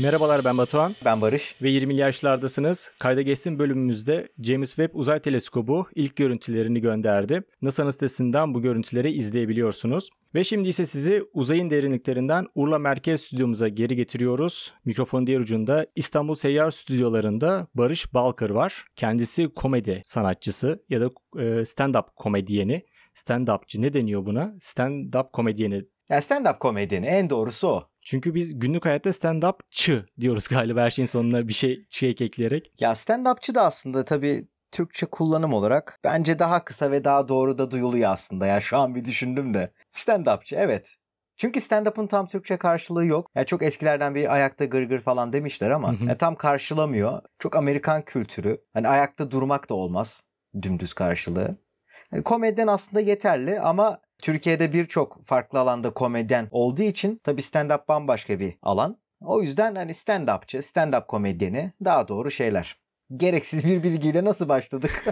Merhabalar, ben Batuhan Ben Barış. ve 20'li yaşlardasınız. Kayda geçsin bölümümüzde James Webb Uzay Teleskobu ilk görüntülerini gönderdi. NASA'nın sitesinden bu görüntüleri izleyebiliyorsunuz. Ve şimdi ise sizi uzayın derinliklerinden Urla Merkez Stüdyomuza geri getiriyoruz. Mikrofonun diğer ucunda İstanbul Seyyar Stüdyolarında Barış Balkır var. Kendisi komedi sanatçısı ya da stand-up komedyeni. Stand-upçı ne deniyor buna? Stand-up komedyeni. Yani stand-up komedyeni en doğrusu o. Çünkü biz günlük hayatta stand-upçı diyoruz galiba her şeyin sonuna bir şey ekleyerek. Ya stand-upçı da aslında tabii Türkçe kullanım olarak bence daha kısa ve daha doğru da duyuluyor aslında. Ya şu an bir düşündüm de. Stand-upçı evet. Çünkü stand-up'ın tam Türkçe karşılığı yok. Ya çok eskilerden bir ayakta gırgır falan demişler ama tam karşılamıyor. Çok Amerikan kültürü. Hani ayakta durmak da olmaz dümdüz karşılığı. Yani komedyen aslında yeterli ama Türkiye'de birçok farklı alanda komedyen olduğu için tabii stand-up bambaşka bir alan. O yüzden hani stand-upçı, stand-up komedyeni daha doğru şeyler. Gereksiz bir bilgiyle nasıl başladık?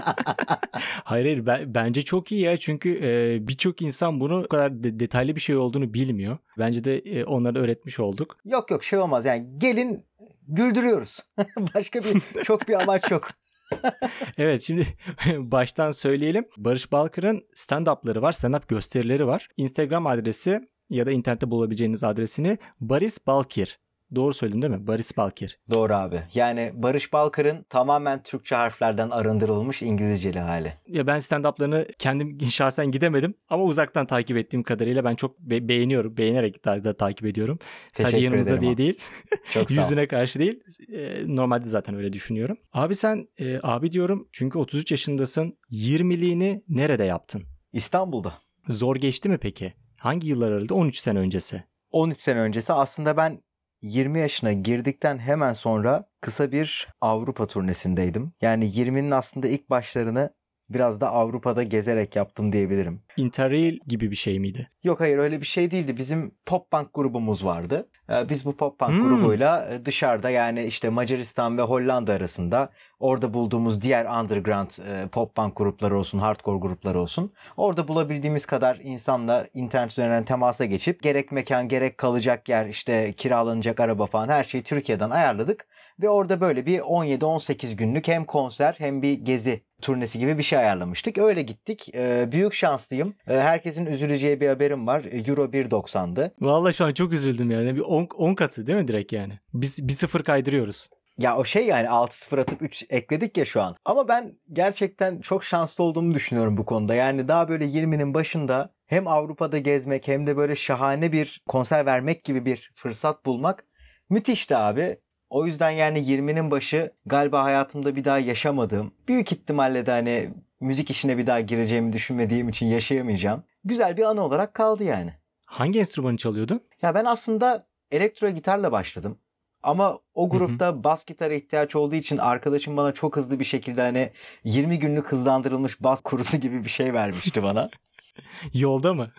Hayır, bence çok iyi ya çünkü birçok insan bunu o kadar detaylı bir şey olduğunu bilmiyor. Bence de onlara öğretmiş olduk. Yok şey olmaz yani gelin güldürüyoruz. Başka çok bir amaç yok. Evet, şimdi baştan söyleyelim. Barış Balkır'ın stand-up'ları var, stand-up gösterileri var. Instagram adresi ya da internette bulabileceğiniz adresini Baris Balkir. Doğru söyledim değil mi? Baris Balkir. Doğru abi. Yani Barış Balkır'ın tamamen Türkçe harflerden arındırılmış İngilizceli hali. Ya ben stand-up'larını kendim şahsen gidemedim ama uzaktan takip ettiğim kadarıyla ben çok beğeniyorum. Beğenerek da takip ediyorum. Sadece Teşekkür yanımızda ederim diye abi. değil. Çok sağ ol. Yüzüne karşı değil. Normalde zaten öyle düşünüyorum. Abi sen abi diyorum çünkü 33 yaşındasın. 20'liğini nerede yaptın? İstanbul'da. Zor geçti mi peki? Hangi yıllar aralığı? 13 sene öncesi. 13 sene öncesi aslında ben 20 yaşına girdikten hemen sonra kısa bir Avrupa turnesindeydim. Yani 20'nin aslında ilk başlarını biraz da Avrupa'da gezerek yaptım diyebilirim. Interrail gibi bir şey miydi? Yok hayır öyle bir şey değildi. Bizim pop punk grubumuz vardı. Biz bu pop punk grubuyla dışarıda yani işte Macaristan ve Hollanda arasında orada bulduğumuz diğer underground pop punk grupları olsun, hardcore grupları olsun. Orada bulabildiğimiz kadar insanla internet üzerinden temasa geçip gerek mekan gerek kalacak yer işte kiralanacak araba falan her şeyi Türkiye'den ayarladık. Ve orada böyle bir 17-18 günlük hem konser hem bir gezi turnesi gibi bir şey ayarlamıştık. Öyle gittik. Büyük şanslıyım. Herkesin üzüleceği bir haberim var. Euro 1.90'dı. Vallahi şu an çok üzüldüm yani. Bir 10 katı değil mi direkt yani? Biz bir sıfır kaydırıyoruz. Ya o şey yani 6-0 atıp 3 ekledik ya şu an. Ama ben gerçekten çok şanslı olduğumu düşünüyorum bu konuda. Yani daha böyle 20'nin başında hem Avrupa'da gezmek hem de böyle şahane bir konser vermek gibi bir fırsat bulmak müthişti abi. O yüzden yani 20'nin başı galiba hayatımda bir daha yaşamadığım, büyük ihtimalle de hani müzik işine bir daha gireceğimi düşünmediğim için yaşayamayacağım. Güzel bir anı olarak kaldı yani. Hangi enstrümanı çalıyordun? Ya ben aslında elektro gitarla başladım. Ama o grupta bas gitara ihtiyaç olduğu için arkadaşım bana çok hızlı bir şekilde hani 20 günlük hızlandırılmış bas kursu gibi bir şey vermişti bana. Yolda mı?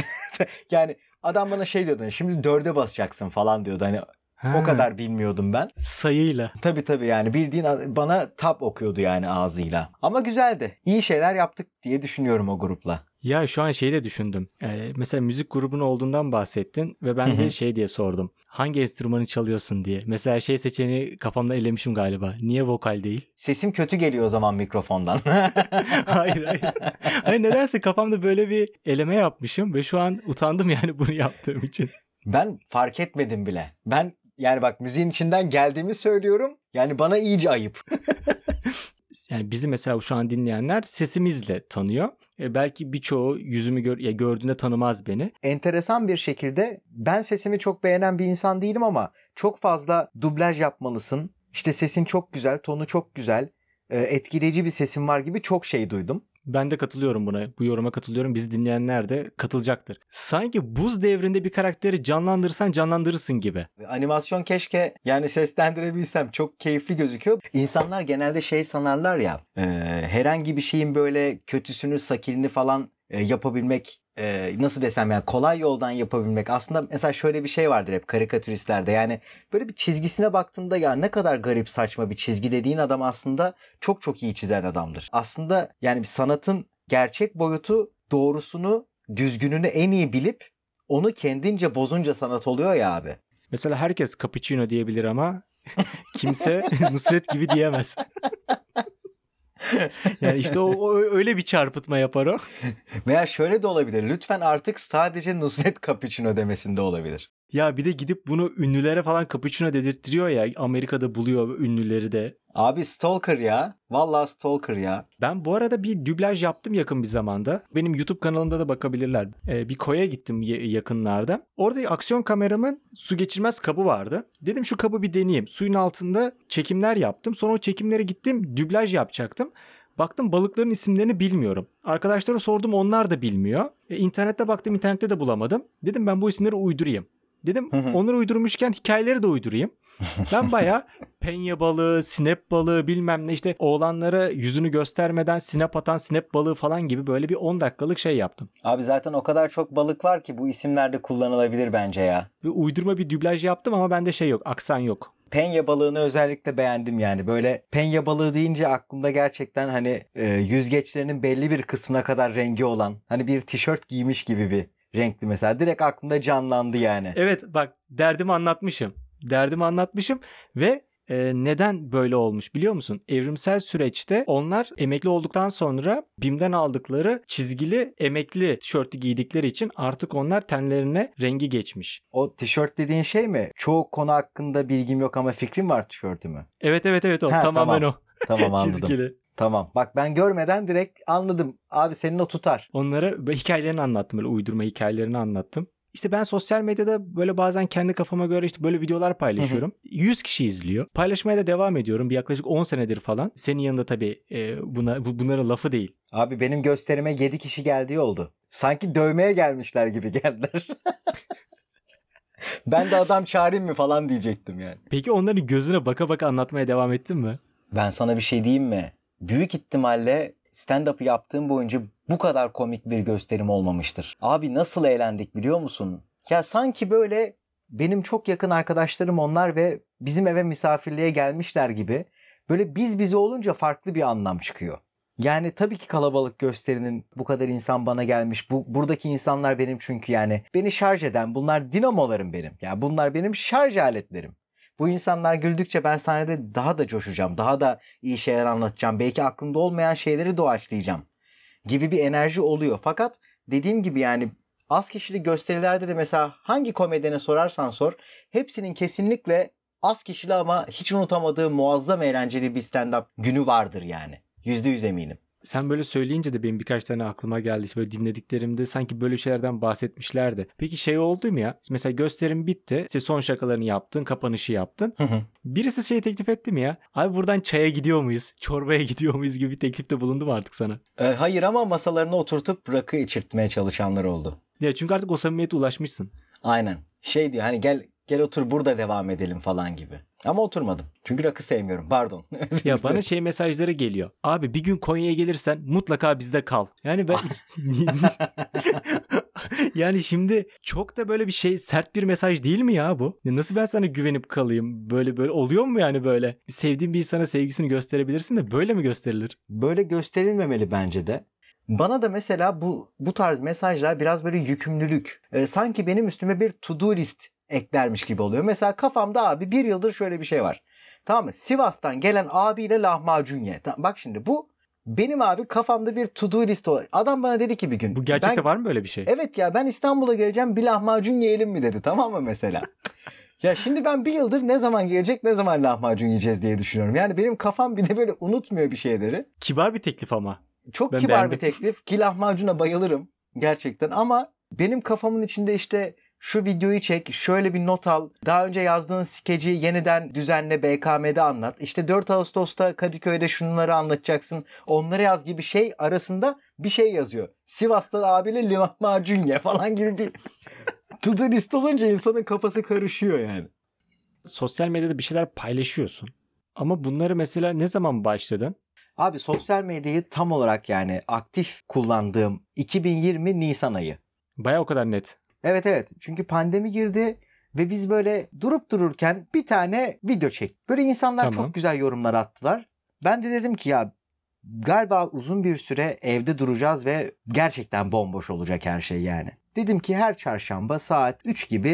Yani adam bana şey diyordu, şimdi 4'e basacaksın falan diyordu. Hani o kadar bilmiyordum ben. Sayıyla. Tabii yani bildiğin bana tap okuyordu yani ağzıyla. Ama güzeldi. İyi şeyler yaptık diye düşünüyorum o grupla. Ya şu an şeyi de düşündüm. Mesela müzik grubun olduğundan bahsettin ve ben de şey diye sordum. Hangi enstrümanı çalıyorsun diye. Mesela şey seçeneği kafamda elemişim galiba. Niye vokal değil? Sesim kötü geliyor o zaman mikrofondan. Hayır. Hayır, nedense kafamda böyle bir eleme yapmışım ve şu an utandım yani bunu yaptığım için. Ben fark etmedim bile. Ben yani bak müziğin içinden geldiğimi söylüyorum. Yani bana iyice ayıp. Yani bizi mesela şu an dinleyenler sesimizle tanıyor. Belki birçoğu yüzümü gördüğünde tanımaz beni. Enteresan bir şekilde ben sesimi çok beğenen bir insan değilim ama çok fazla dublaj yapmalısın. İşte sesin çok güzel, tonu çok güzel, etkileyici bir sesin var gibi çok şey duydum. Ben de katılıyorum buna. Bu yoruma katılıyorum. Bizi dinleyenler de katılacaktır. Sanki buz devrinde bir karakteri canlandırsan canlandırırsın gibi. Animasyon keşke yani seslendirebilsem, çok keyifli gözüküyor. İnsanlar genelde şey sanarlar ya, herhangi bir şeyin böyle kötüsünü, sakilini falan yapabilmek, nasıl desem yani kolay yoldan yapabilmek. Aslında mesela şöyle bir şey vardır hep karikatüristlerde, yani böyle bir çizgisine baktığında ya ne kadar garip saçma bir çizgi dediğin adam aslında çok çok iyi çizen adamdır. Aslında yani bir sanatın gerçek boyutu doğrusunu, düzgününü en iyi bilip onu kendince bozunca sanat oluyor ya abi. Mesela herkes cappuccino diyebilir ama kimse Nusret gibi diyemez. Yani işte o öyle bir çarpıtma yapar o. Veya şöyle de olabilir. Lütfen artık sadece Nusret Cappuccino demesinde olabilir. Ya bir de gidip bunu ünlülere falan cappuccino dedirttiriyor ya. Amerika'da buluyor ünlüleri de. Abi stalker ya. Vallahi stalker ya. Ben bu arada bir dublaj yaptım yakın bir zamanda. Benim YouTube kanalımda da bakabilirler. Bir koya gittim yakınlarda. Orada aksiyon kameramın su geçirmez kabı vardı. Dedim şu kabı bir deneyeyim. Suyun altında çekimler yaptım. Sonra o çekimlere gittim, dublaj yapacaktım. Baktım balıkların isimlerini bilmiyorum. Arkadaşlara sordum, onlar da bilmiyor. İnternette baktım, internette de bulamadım. Dedim ben bu isimleri uydurayım. Dedim onları uydurmuşken hikayeleri de uydurayım. Ben bayağı penye balığı, sinep balığı bilmem ne işte oğlanlara yüzünü göstermeden sinep atan sinep balığı falan gibi böyle bir 10 dakikalık şey yaptım. Abi zaten o kadar çok balık var ki bu isimlerde kullanılabilir bence ya. Ve uydurma bir dublaj yaptım ama bende şey yok, aksan yok. Penye balığını özellikle beğendim yani. Böyle penye balığı deyince aklımda gerçekten hani yüzgeçlerinin belli bir kısmına kadar rengi olan, hani bir tişört giymiş gibi bir renkli mesela. Direkt aklımda canlandı yani. Evet bak, derdimi anlatmışım ve neden böyle olmuş biliyor musun? Evrimsel süreçte onlar emekli olduktan sonra BİM'den aldıkları çizgili emekli tişörtü giydikleri için artık onlar tenlerine rengi geçmiş. O tişört dediğin şey mi? Çoğu konu hakkında bilgim yok ama fikrim var tişörtü mü? Evet o Ha, tamamen tamam. o. Tamam anladım. Çizgili. Tamam. Bak ben görmeden direkt anladım. Abi senin o tutar. Onlara hikayelerini anlattım, böyle uydurma hikayelerini anlattım. İşte ben sosyal medyada böyle bazen kendi kafama göre işte böyle videolar paylaşıyorum. 100 kişi izliyor. Paylaşmaya da devam ediyorum. Bir yaklaşık 10 senedir falan. Senin yanında tabii bunların lafı değil. Abi benim gösterime 7 kişi geldiği oldu. Sanki dövmeye gelmişler gibi geldiler. Ben de adam çağırayım mı falan diyecektim yani. Peki onların gözüne baka baka anlatmaya devam ettin mi? Ben sana bir şey diyeyim mi? Büyük ihtimalle stand-up'ı yaptığım boyunca bu kadar komik bir gösterim olmamıştır. Abi nasıl eğlendik biliyor musun? Ya sanki böyle benim çok yakın arkadaşlarım onlar ve bizim eve misafirliğe gelmişler gibi. Böyle biz bize olunca farklı bir anlam çıkıyor. Yani tabii ki kalabalık gösterinin bu kadar insan bana gelmiş. Buradaki insanlar benim çünkü yani beni şarj eden bunlar dinamolarım benim. Yani bunlar benim şarj aletlerim. Bu insanlar güldükçe ben sahnede daha da coşacağım. Daha da iyi şeyler anlatacağım. Belki aklımda olmayan şeyleri doğaçlayacağım gibi bir enerji oluyor. Fakat dediğim gibi yani az kişili gösterilerde de mesela hangi komedyene sorarsan sor hepsinin kesinlikle az kişili ama hiç unutamadığım muazzam eğlenceli bir stand-up günü vardır yani. %100 eminim. Sen böyle söyleyince de benim birkaç tane aklıma geldi. İşte böyle dinlediklerimde sanki böyle şeylerden bahsetmişlerdi. Peki şey oldu mu ya? Mesela gösterim bitti. İşte son şakalarını yaptın, kapanışı yaptın. Birisi şey teklif etti mi ya? Abi buradan çaya gidiyor muyuz? Çorbaya gidiyor muyuz gibi bir teklifte bulundu mu artık sana? Hayır ama masalarına oturtup rakı içirtmeye çalışanlar oldu. Ya çünkü artık o samimiyete ulaşmışsın. Aynen. Şey diyor hani gel otur burada devam edelim falan gibi. Ama oturmadım. Çünkü rakı sevmiyorum. Pardon. Ya bana şey mesajları geliyor. Abi bir gün Konya'ya gelirsen mutlaka bizde kal. Yani ben yani şimdi çok da böyle bir şey, sert bir mesaj değil mi ya bu? Ya nasıl ben sana güvenip kalayım? Böyle oluyor mu yani böyle? Sevdiğin bir insana sevgisini gösterebilirsin de böyle mi gösterilir? Böyle gösterilmemeli bence de. Bana da mesela bu tarz mesajlar biraz böyle yükümlülük. Sanki benim üstüme bir to-do list eklermiş gibi oluyor. Mesela kafamda abi bir yıldır şöyle bir şey var. Tamam mı? Sivas'tan gelen abiyle lahmacun ye. Bak şimdi bu benim abi kafamda bir to-do list olarak. Adam bana dedi ki bir gün. Bu gerçekte var mı böyle bir şey? Evet ya ben İstanbul'a geleceğim bir lahmacun yiyelim mi dedi, tamam mı mesela? Ya şimdi ben bir yıldır ne zaman gelecek ne zaman lahmacun yiyeceğiz diye düşünüyorum. Yani benim kafam bir de böyle unutmuyor bir şeyleri. Kibar bir teklif ama. Çok Ben kibar beğendim. bir teklif ki lahmacuna bayılırım gerçekten ama benim kafamın içinde işte şu videoyu çek, şöyle bir not al, daha önce yazdığın skeci yeniden düzenle BKM'de anlat. İşte 4 Ağustos'ta Kadıköy'de şunları anlatacaksın, onları yaz gibi şey arasında bir şey yazıyor. Sivas'ta abiyle lahmacun ye falan gibi bir to-do list olunca insanın kafası karışıyor yani. Sosyal medyada bir şeyler paylaşıyorsun. Ama bunları mesela ne zaman başladın? Abi sosyal medyayı tam olarak yani aktif kullandığım 2020 Nisan ayı. Baya o kadar net. Evet. Çünkü pandemi girdi ve biz böyle durup dururken bir tane video çektik. Böyle insanlar Tamam. çok güzel yorumlar attılar. Ben de dedim ki ya galiba uzun bir süre evde duracağız ve gerçekten bomboş olacak her şey yani. Dedim ki her çarşamba saat 3 gibi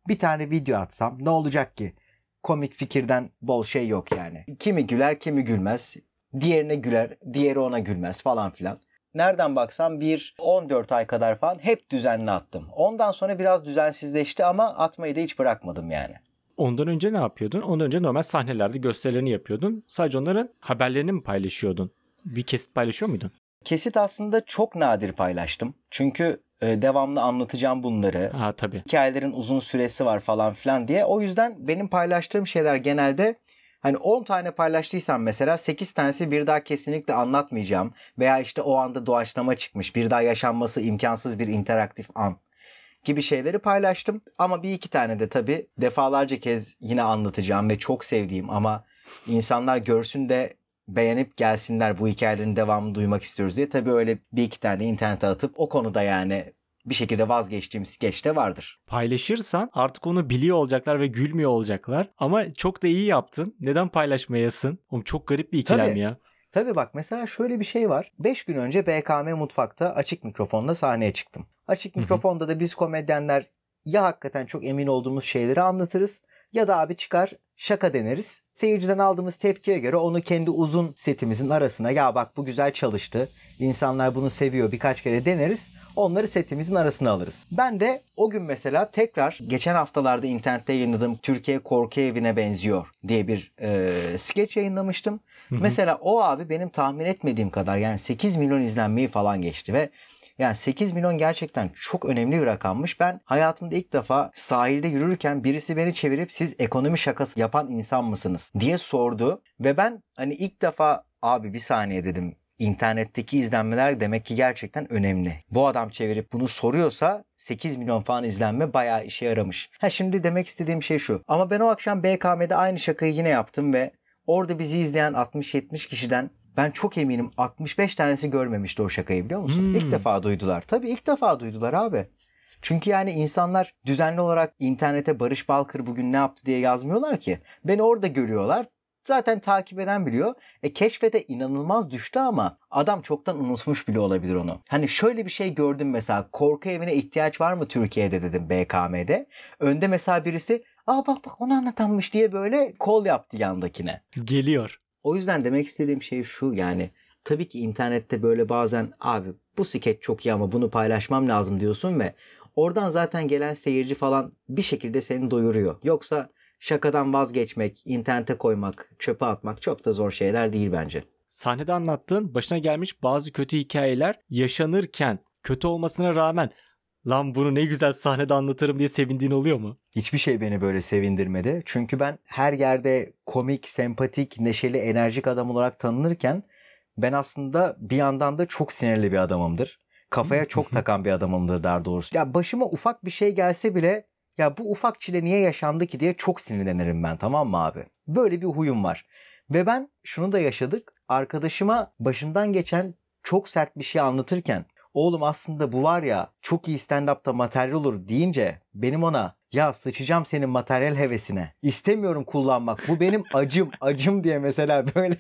Bir tane video atsam ne olacak ki? Komik fikirden bol şey yok yani. Kimi güler kimi gülmez. Diğerine güler, diğeri ona gülmez falan filan. Nereden baksam 14 ay kadar falan hep düzenli attım. Ondan sonra biraz düzensizleşti ama atmayı da hiç bırakmadım yani. Ondan önce ne yapıyordun? Ondan önce normal sahnelerde gösterilerini yapıyordun. Sadece onların haberlerini mi paylaşıyordun? Bir kesit paylaşıyor muydun? Kesit aslında çok nadir paylaştım. Çünkü devamlı anlatacağım bunları. Ha tabii. Hikayelerin uzun süresi var falan filan diye. O yüzden benim paylaştığım şeyler genelde hani 10 tane paylaştıysam mesela 8 tanesi bir daha kesinlikle anlatmayacağım. Veya işte o anda doğaçlama çıkmış, bir daha yaşanması imkansız bir interaktif an gibi şeyleri paylaştım. Ama bir iki tane de tabii defalarca kez yine anlatacağım ve çok sevdiğim ama insanlar görsün de beğenip gelsinler, bu hikayelerin devamını duymak istiyoruz diye tabii öyle bir iki tane internete atıp o konuda yani bir şekilde vazgeçtiğim skeç de vardır. Paylaşırsan artık onu biliyor olacaklar ve gülmüyor olacaklar. Ama çok da iyi yaptın. Neden paylaşmayasın? Oğlum çok garip bir ikilem Tabii. ya. Tabii bak mesela şöyle bir şey var. 5 gün önce BKM Mutfak'ta açık mikrofonla sahneye çıktım. Açık mikrofonda da biz komedyenler ya hakikaten çok emin olduğumuz şeyleri anlatırız ya da abi çıkar şaka deneriz. Seyirciden aldığımız tepkiye göre onu kendi uzun setimizin arasına ya bak bu güzel çalıştı, İnsanlar bunu seviyor birkaç kere deneriz. Onları setimizin arasına alırız. Ben de o gün mesela tekrar geçen haftalarda internette yayınladığım Türkiye Korku Evi'ne benziyor diye bir skeç yayınlamıştım. Mesela o abi benim tahmin etmediğim kadar yani 8 milyon izlenmeyi falan geçti ve yani 8 milyon gerçekten çok önemli bir rakammış. Ben hayatımda ilk defa sahilde yürürken birisi beni çevirip siz ekonomi şakası yapan insan mısınız diye sordu. Ve ben hani ilk defa abi bir saniye dedim. İnternetteki izlenmeler demek ki gerçekten önemli. Bu adam çevirip bunu soruyorsa 8 milyon falan izlenme bayağı işe yaramış. Şimdi demek istediğim şey şu. Ama ben o akşam BKM'de aynı şakayı yine yaptım ve orada bizi izleyen 60-70 kişiden ben çok eminim 65 tanesi görmemişti o şakayı, biliyor musun? İlk defa duydular. Tabii ilk defa duydular abi. Çünkü yani insanlar düzenli olarak internete Barış Balkır bugün ne yaptı diye yazmıyorlar ki. Beni orada görüyorlar. Zaten takip eden biliyor. Keşfete inanılmaz düştü ama adam çoktan unutmuş bile olabilir onu. Hani şöyle bir şey gördüm mesela. Korku evine ihtiyaç var mı Türkiye'de dedim BKM'de. Önde mesela birisi bak onu anlatanmış diye böyle kol yaptı yandakine. Geliyor. O yüzden demek istediğim şey şu yani. Tabii ki internette böyle bazen abi bu skeç çok iyi ama bunu paylaşmam lazım diyorsun ve oradan zaten gelen seyirci falan bir şekilde seni doyuruyor. Yoksa şakadan vazgeçmek, internete koymak, çöpe atmak çok da zor şeyler değil bence. Sahnede anlattığın başına gelmiş bazı kötü hikayeler yaşanırken kötü olmasına rağmen lan bunu ne güzel sahnede anlatırım diye sevindiğin oluyor mu? Hiçbir şey beni böyle sevindirmedi. Çünkü ben her yerde komik, sempatik, neşeli, enerjik adam olarak tanınırken ben aslında bir yandan da çok sinirli bir adamımdır. Kafaya çok takan bir adamımdır daha doğrusu. Ya başıma ufak bir şey gelse bile ya bu ufak çile niye yaşandı ki diye çok sinirlenirim ben, tamam mı abi? Böyle bir huyum var. Ve ben şunu da yaşadık. Arkadaşıma başımdan geçen çok sert bir şey anlatırken oğlum aslında bu var ya çok iyi stand-up'ta materyal olur deyince benim ona ya sıçacağım senin materyal hevesine. İstemiyorum kullanmak. Bu benim acım diye mesela böyle.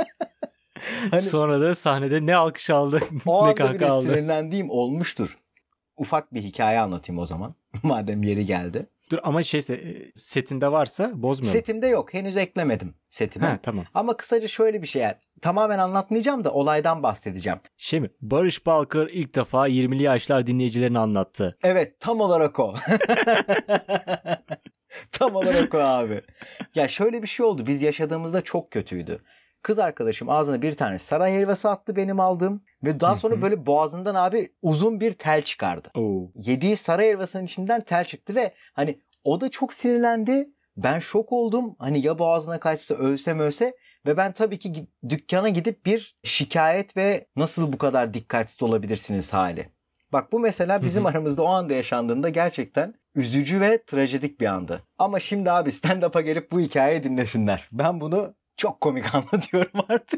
Hani Sonra da sahnede ne alkış aldı o ne anda kahkaha bile aldı. sinirlendiğim olmuştur. Ufak bir hikaye anlatayım o zaman. Madem yeri geldi. Dur ama setinde varsa bozmuyorum. Setimde yok. Henüz eklemedim setime. Ha tamam. Ama kısaca şöyle bir şey yani. Tamamen anlatmayacağım da olaydan bahsedeceğim. Mi? Barış Balkır ilk defa 20'li yaşlar dinleyicilerine anlattı. Evet, tam olarak o. Tam olarak o abi. Ya şöyle bir şey oldu. Biz yaşadığımızda çok kötüydü. Kız arkadaşım ağzına bir tane saray helvası attı benim aldığım. Ve daha sonra böyle boğazından abi uzun bir tel çıkardı. Oo. Yediği saray helvasının içinden tel çıktı ve hani o da çok sinirlendi. Ben şok oldum. Hani ya boğazına kaçsa ölse ve ben tabii ki dükkana gidip bir şikayet ve nasıl bu kadar dikkatsiz olabilirsiniz hali. Bak bu mesela bizim aramızda o anda yaşandığında gerçekten üzücü ve trajedik bir andı. Ama şimdi abi stand-up'a gelip bu hikayeyi dinlesinler. Ben bunu çok komik anlatıyorum artık.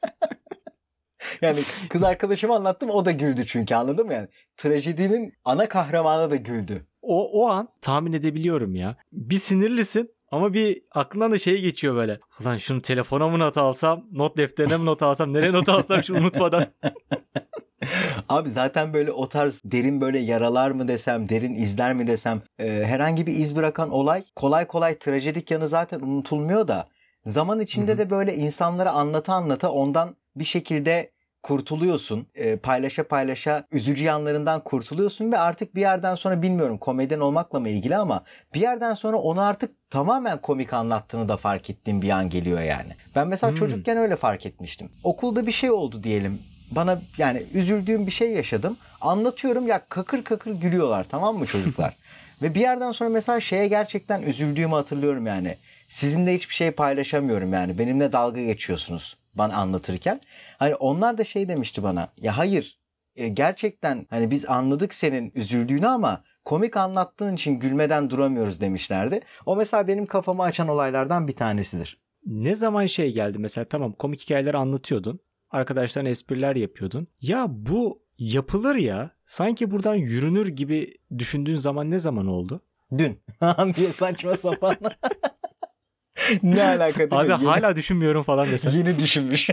Yani kız arkadaşıma anlattım, o da güldü çünkü, anladın mı yani? Trajedinin ana kahramanı da güldü. O an tahmin edebiliyorum ya. Bir sinirlisin ama bir aklından da şey geçiyor böyle. Ulan şunu telefona mı not alsam, not defterine mi not alsam, nereye not alsam şu unutmadan. Abi zaten böyle o tarz derin böyle yaralar mı desem, derin izler mi desem, herhangi bir iz bırakan olay kolay kolay trajedik yanı zaten unutulmuyor da zaman içinde de böyle insanlara anlata anlata ondan bir şekilde kurtuluyorsun. Paylaşa paylaşa üzücü yanlarından kurtuluyorsun ve artık bir yerden sonra bilmiyorum komedyen olmakla mı ilgili ama bir yerden sonra onu artık tamamen komik anlattığını da fark ettiğim bir an geliyor yani. Ben mesela çocukken öyle fark etmiştim. Okulda bir şey oldu diyelim. Bana yani üzüldüğüm bir şey yaşadım. Anlatıyorum ya kakır kakır gülüyorlar, tamam mı çocuklar? Ve bir yerden sonra mesela şeye gerçekten üzüldüğümü hatırlıyorum yani. Sizinle hiçbir şey paylaşamıyorum yani. Benimle dalga geçiyorsunuz bana anlatırken. Hani onlar da şey demişti bana. Ya hayır, gerçekten hani biz anladık senin üzüldüğünü ama komik anlattığın için gülmeden duramıyoruz demişlerdi. O mesela benim kafamı açan olaylardan bir tanesidir. Ne zaman şey geldi mesela, tamam komik hikayeler anlatıyordun. Arkadaşlarına espriler yapıyordun. Ya bu yapılır ya. Sanki buradan yürünür gibi düşündüğün zaman ne zaman oldu? Dün. diye saçma sapan. Ne alaka değil Abi mi? hala düşünmüyorum falan desen. Yeni düşünmüş.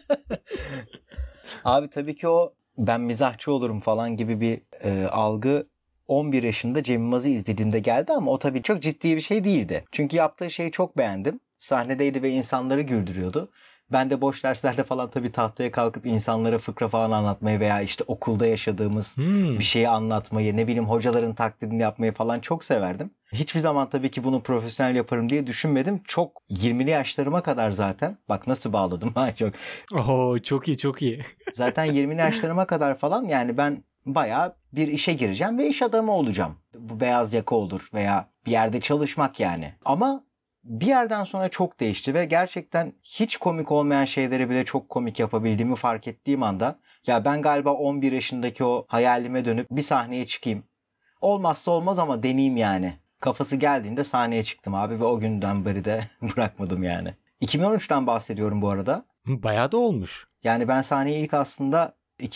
Abi tabii ki o ben mizahçı olurum falan gibi bir algı 11 yaşında Cem Yılmaz'ı izlediğimde geldi ama o tabii çok ciddi bir şey değildi. Çünkü yaptığı şeyi çok beğendim. Sahnedeydi ve insanları güldürüyordu. Ben de boş derslerde falan tabii tahtaya kalkıp insanlara fıkra falan anlatmayı veya işte okulda yaşadığımız bir şeyi anlatmayı, ne bileyim hocaların taklidini yapmayı falan çok severdim. Hiçbir zaman tabii ki bunu profesyonel yaparım diye düşünmedim. Çok 20'li yaşlarıma kadar zaten. Bak nasıl bağladım ha çok. Oo, çok iyi çok iyi. Zaten 20'li yaşlarıma kadar falan yani ben bayağı bir işe gireceğim ve iş adamı olacağım. Bu beyaz yaka olur veya bir yerde çalışmak yani. Ama bir yerden sonra çok değişti ve gerçekten hiç komik olmayan şeyleri bile çok komik yapabildiğimi fark ettiğim anda ya ben galiba 11 yaşındaki o hayalime dönüp bir sahneye çıkayım. Olmazsa olmaz ama deneyeyim yani. Kafası geldiğinde sahneye çıktım abi ve o günden beri de bırakmadım yani. 2013'ten bahsediyorum bu arada. Bayağı da olmuş. Yani ben sahneye ilk aslında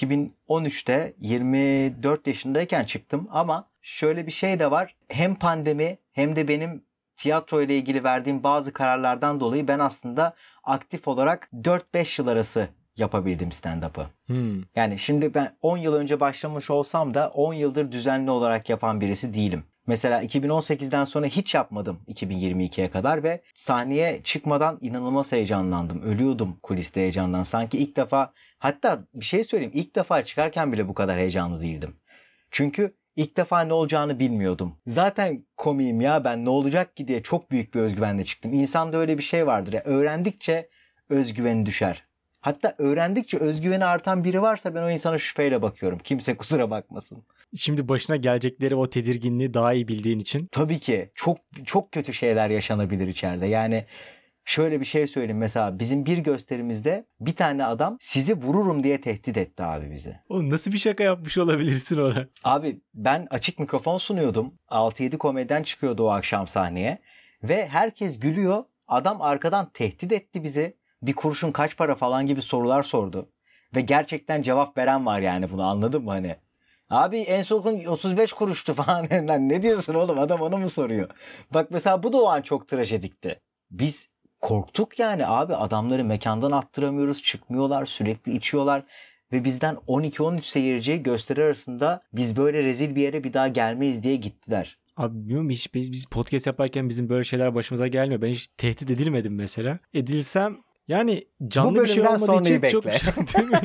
2013'te 24 yaşındayken çıktım ama şöyle bir şey de var. Hem pandemi hem de benim tiyatro ile ilgili verdiğim bazı kararlardan dolayı ben aslında aktif olarak 4-5 yıl arası yapabildim stand-up'ı. Yani şimdi ben 10 yıl önce başlamış olsam da 10 yıldır düzenli olarak yapan birisi değilim. Mesela 2018'den sonra hiç yapmadım 2022'ye kadar ve sahneye çıkmadan inanılmaz heyecanlandım. Ölüyordum kuliste heyecandan. Sanki ilk defa, hatta bir şey söyleyeyim, ilk defa çıkarken bile bu kadar heyecanlı değildim. Çünkü ilk defa ne olacağını bilmiyordum. Zaten komiyim ya ben, ne olacak ki diye çok büyük bir özgüvenle çıktım. İnsanda öyle bir şey vardır ya, öğrendikçe özgüveni düşer. Hatta öğrendikçe özgüveni artan biri varsa ben o insana şüpheyle bakıyorum. Kimse kusura bakmasın. Şimdi başına gelecekleri o tedirginliği daha iyi bildiğin için. Tabii ki çok çok kötü şeyler yaşanabilir içeride. Yani şöyle bir şey söyleyeyim, mesela bizim bir gösterimizde bir tane adam sizi vururum diye tehdit etti abi bizi. O nasıl bir şaka yapmış olabilirsin ona? Abi ben açık mikrofon sunuyordum. 6-7 komedyen çıkıyordu o akşam sahneye. Ve herkes gülüyor. Adam arkadan tehdit etti bizi. Bir kurşun kaç para falan gibi sorular sordu. Ve gerçekten cevap veren var yani, bunu anladın mı hani? Abi en son 35 kuruştu falan. Lan ne diyorsun oğlum, adam onu mu soruyor? Bak mesela bu da o an çok trajedikti. Biz korktuk yani abi, adamları mekandan attıramıyoruz, çıkmıyorlar, sürekli içiyorlar. Ve bizden 12-13 seyirci gösteri arasında biz böyle rezil bir yere bir daha gelmeyiz diye gittiler. Abi bilmiyorum, hiç biz podcast yaparken bizim böyle şeyler başımıza gelmiyor. Ben hiç tehdit edilmedim mesela. Edilsem yani canlı bir şey olmadığı için çok bir şey değil mi?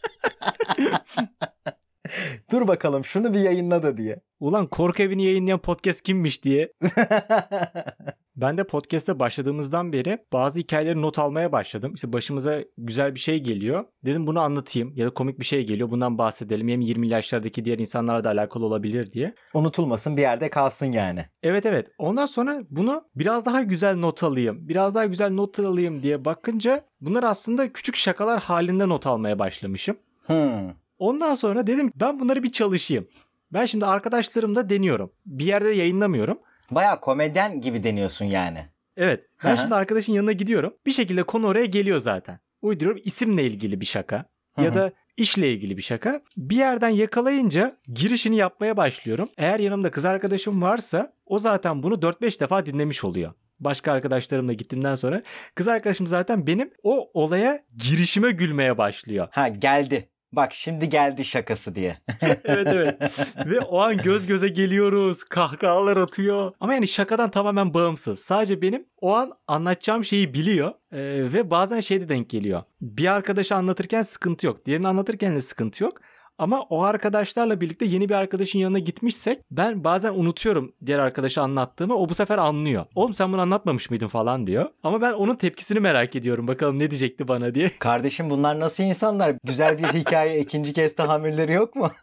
Dur bakalım şunu bir yayınla da diye. Ulan korku evini yayınlayan podcast kimmiş diye. Ben de podcast'a başladığımızdan beri bazı hikayeleri not almaya başladım. İşte başımıza güzel bir şey geliyor. Dedim bunu anlatayım, ya da komik bir şey geliyor, bundan bahsedelim. Hem 20'li yaşlardaki diğer insanlarla da alakalı olabilir diye. Unutulmasın, bir yerde kalsın yani. Evet. Ondan sonra bunu biraz daha güzel not alayım. Biraz daha güzel not alayım diye bakınca bunlar aslında küçük şakalar halinde not almaya başlamışım. Ondan sonra dedim ben bunları bir çalışayım. Ben şimdi arkadaşlarımla deniyorum. Bir yerde yayınlamıyorum. Bayağı komedyen gibi deniyorsun yani. Evet. Ben şimdi arkadaşın yanına gidiyorum. Bir şekilde konu oraya geliyor zaten. Uyduruyorum, isimle ilgili bir şaka. Ya da işle ilgili bir şaka. Bir yerden yakalayınca girişini yapmaya başlıyorum. Eğer yanımda kız arkadaşım varsa o zaten bunu 4-5 defa dinlemiş oluyor. Başka arkadaşlarımla gittiğimden sonra kız arkadaşım zaten benim o olaya girişime gülmeye başlıyor. Ha geldi Bak şimdi geldi şakası diye. Evet evet. Ve o an göz göze geliyoruz. Kahkahalar atıyor. Ama yani şakadan tamamen bağımsız. Sadece benim o an anlatacağım şeyi biliyor. Ve bazen şey de denk geliyor. Bir arkadaşa anlatırken sıkıntı yok. Diğerini anlatırken de sıkıntı yok. Ama o arkadaşlarla birlikte yeni bir arkadaşın yanına gitmişsek ben bazen unutuyorum diğer arkadaşa anlattığımı. O bu sefer anlıyor. Oğlum sen bunu anlatmamış mıydın falan diyor. Ama ben onun tepkisini merak ediyorum. Bakalım ne diyecekti bana diye. Kardeşim bunlar nasıl insanlar? Güzel bir hikaye ikinci kez tahammülleri yok mu?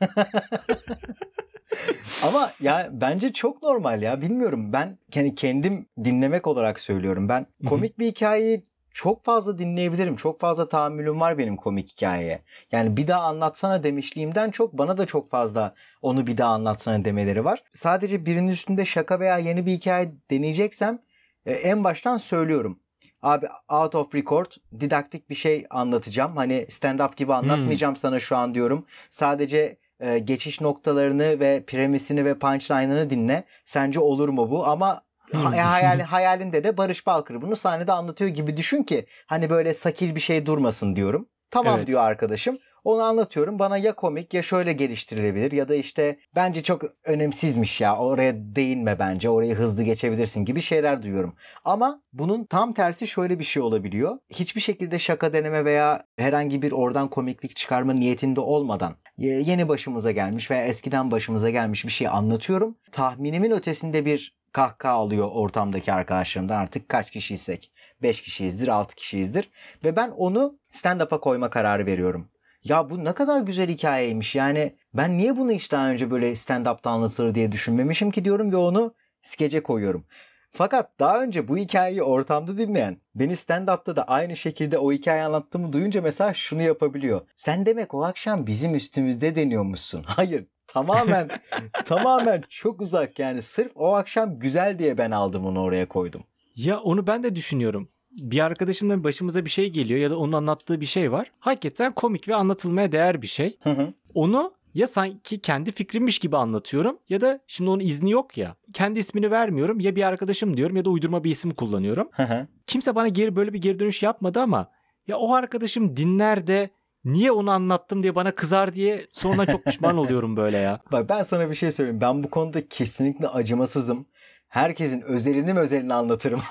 Ama ya bence çok normal ya. Bilmiyorum, ben yani kendim dinlemek olarak söylüyorum. Ben komik bir hikayeyi çok fazla dinleyebilirim. Çok fazla tahammülüm var benim komik hikayeye. Yani bir daha anlatsana demişliğimden çok bana da çok fazla onu bir daha anlatsana demeleri var. Sadece birinin üstünde şaka veya yeni bir hikaye deneyeceksem en baştan söylüyorum. Abi out of record didaktik bir şey anlatacağım. Hani stand-up gibi anlatmayacağım sana şu an diyorum. Sadece geçiş noktalarını ve premisini ve punchline'ını dinle. Sence olur mu bu? Ama hayalinde de Barış Balkır bunu sahnede anlatıyor gibi düşün ki hani böyle sakil bir şey durmasın diyorum. Tamam Evet. diyor arkadaşım. Onu anlatıyorum. Bana ya komik ya şöyle geliştirilebilir ya da işte bence çok önemsizmiş ya. Oraya değinme bence. Orayı hızlı geçebilirsin gibi şeyler duyuyorum. Ama bunun tam tersi şöyle bir şey olabiliyor. Hiçbir şekilde şaka deneme veya herhangi bir oradan komiklik çıkarma niyetinde olmadan yeni başımıza gelmiş veya eskiden başımıza gelmiş bir şey anlatıyorum. Tahminimin ötesinde bir kahkaha alıyor ortamdaki arkadaşlarımdan, artık kaç kişiysek. 5 kişiyizdir, 6 kişiyizdir. Ve ben onu stand-up'a koyma kararı veriyorum. Ya bu ne kadar güzel hikayeymiş. Yani ben niye bunu hiç daha önce böyle stand-up'ta anlatılır diye düşünmemişim ki diyorum ve onu skece koyuyorum. Fakat daha önce bu hikayeyi ortamda dinleyen, beni stand-up'ta da aynı şekilde o hikayeyi anlattığımı duyunca mesela şunu yapabiliyor. Sen demek o akşam bizim üstümüzde deniyormuşsun. Hayır, tamamen çok uzak yani. Sırf o akşam güzel diye ben aldım onu oraya koydum. Ya onu ben de düşünüyorum. Bir arkadaşımla başımıza bir şey geliyor ya da onun anlattığı bir şey var. Hakikaten komik ve anlatılmaya değer bir şey. Onu ya sanki kendi fikrimmiş gibi anlatıyorum ya da şimdi onun izni yok ya. Kendi ismini vermiyorum, ya bir arkadaşım diyorum ya da uydurma bir isim kullanıyorum. Kimse bana böyle bir geri dönüş yapmadı ama ya o arkadaşım dinler de niye onu anlattım diye bana kızar diye sonradan çok pişman oluyorum böyle ya. Bak ben sana bir şey söyleyeyim. Ben bu konuda kesinlikle acımasızım. Herkesin özelini anlatırım.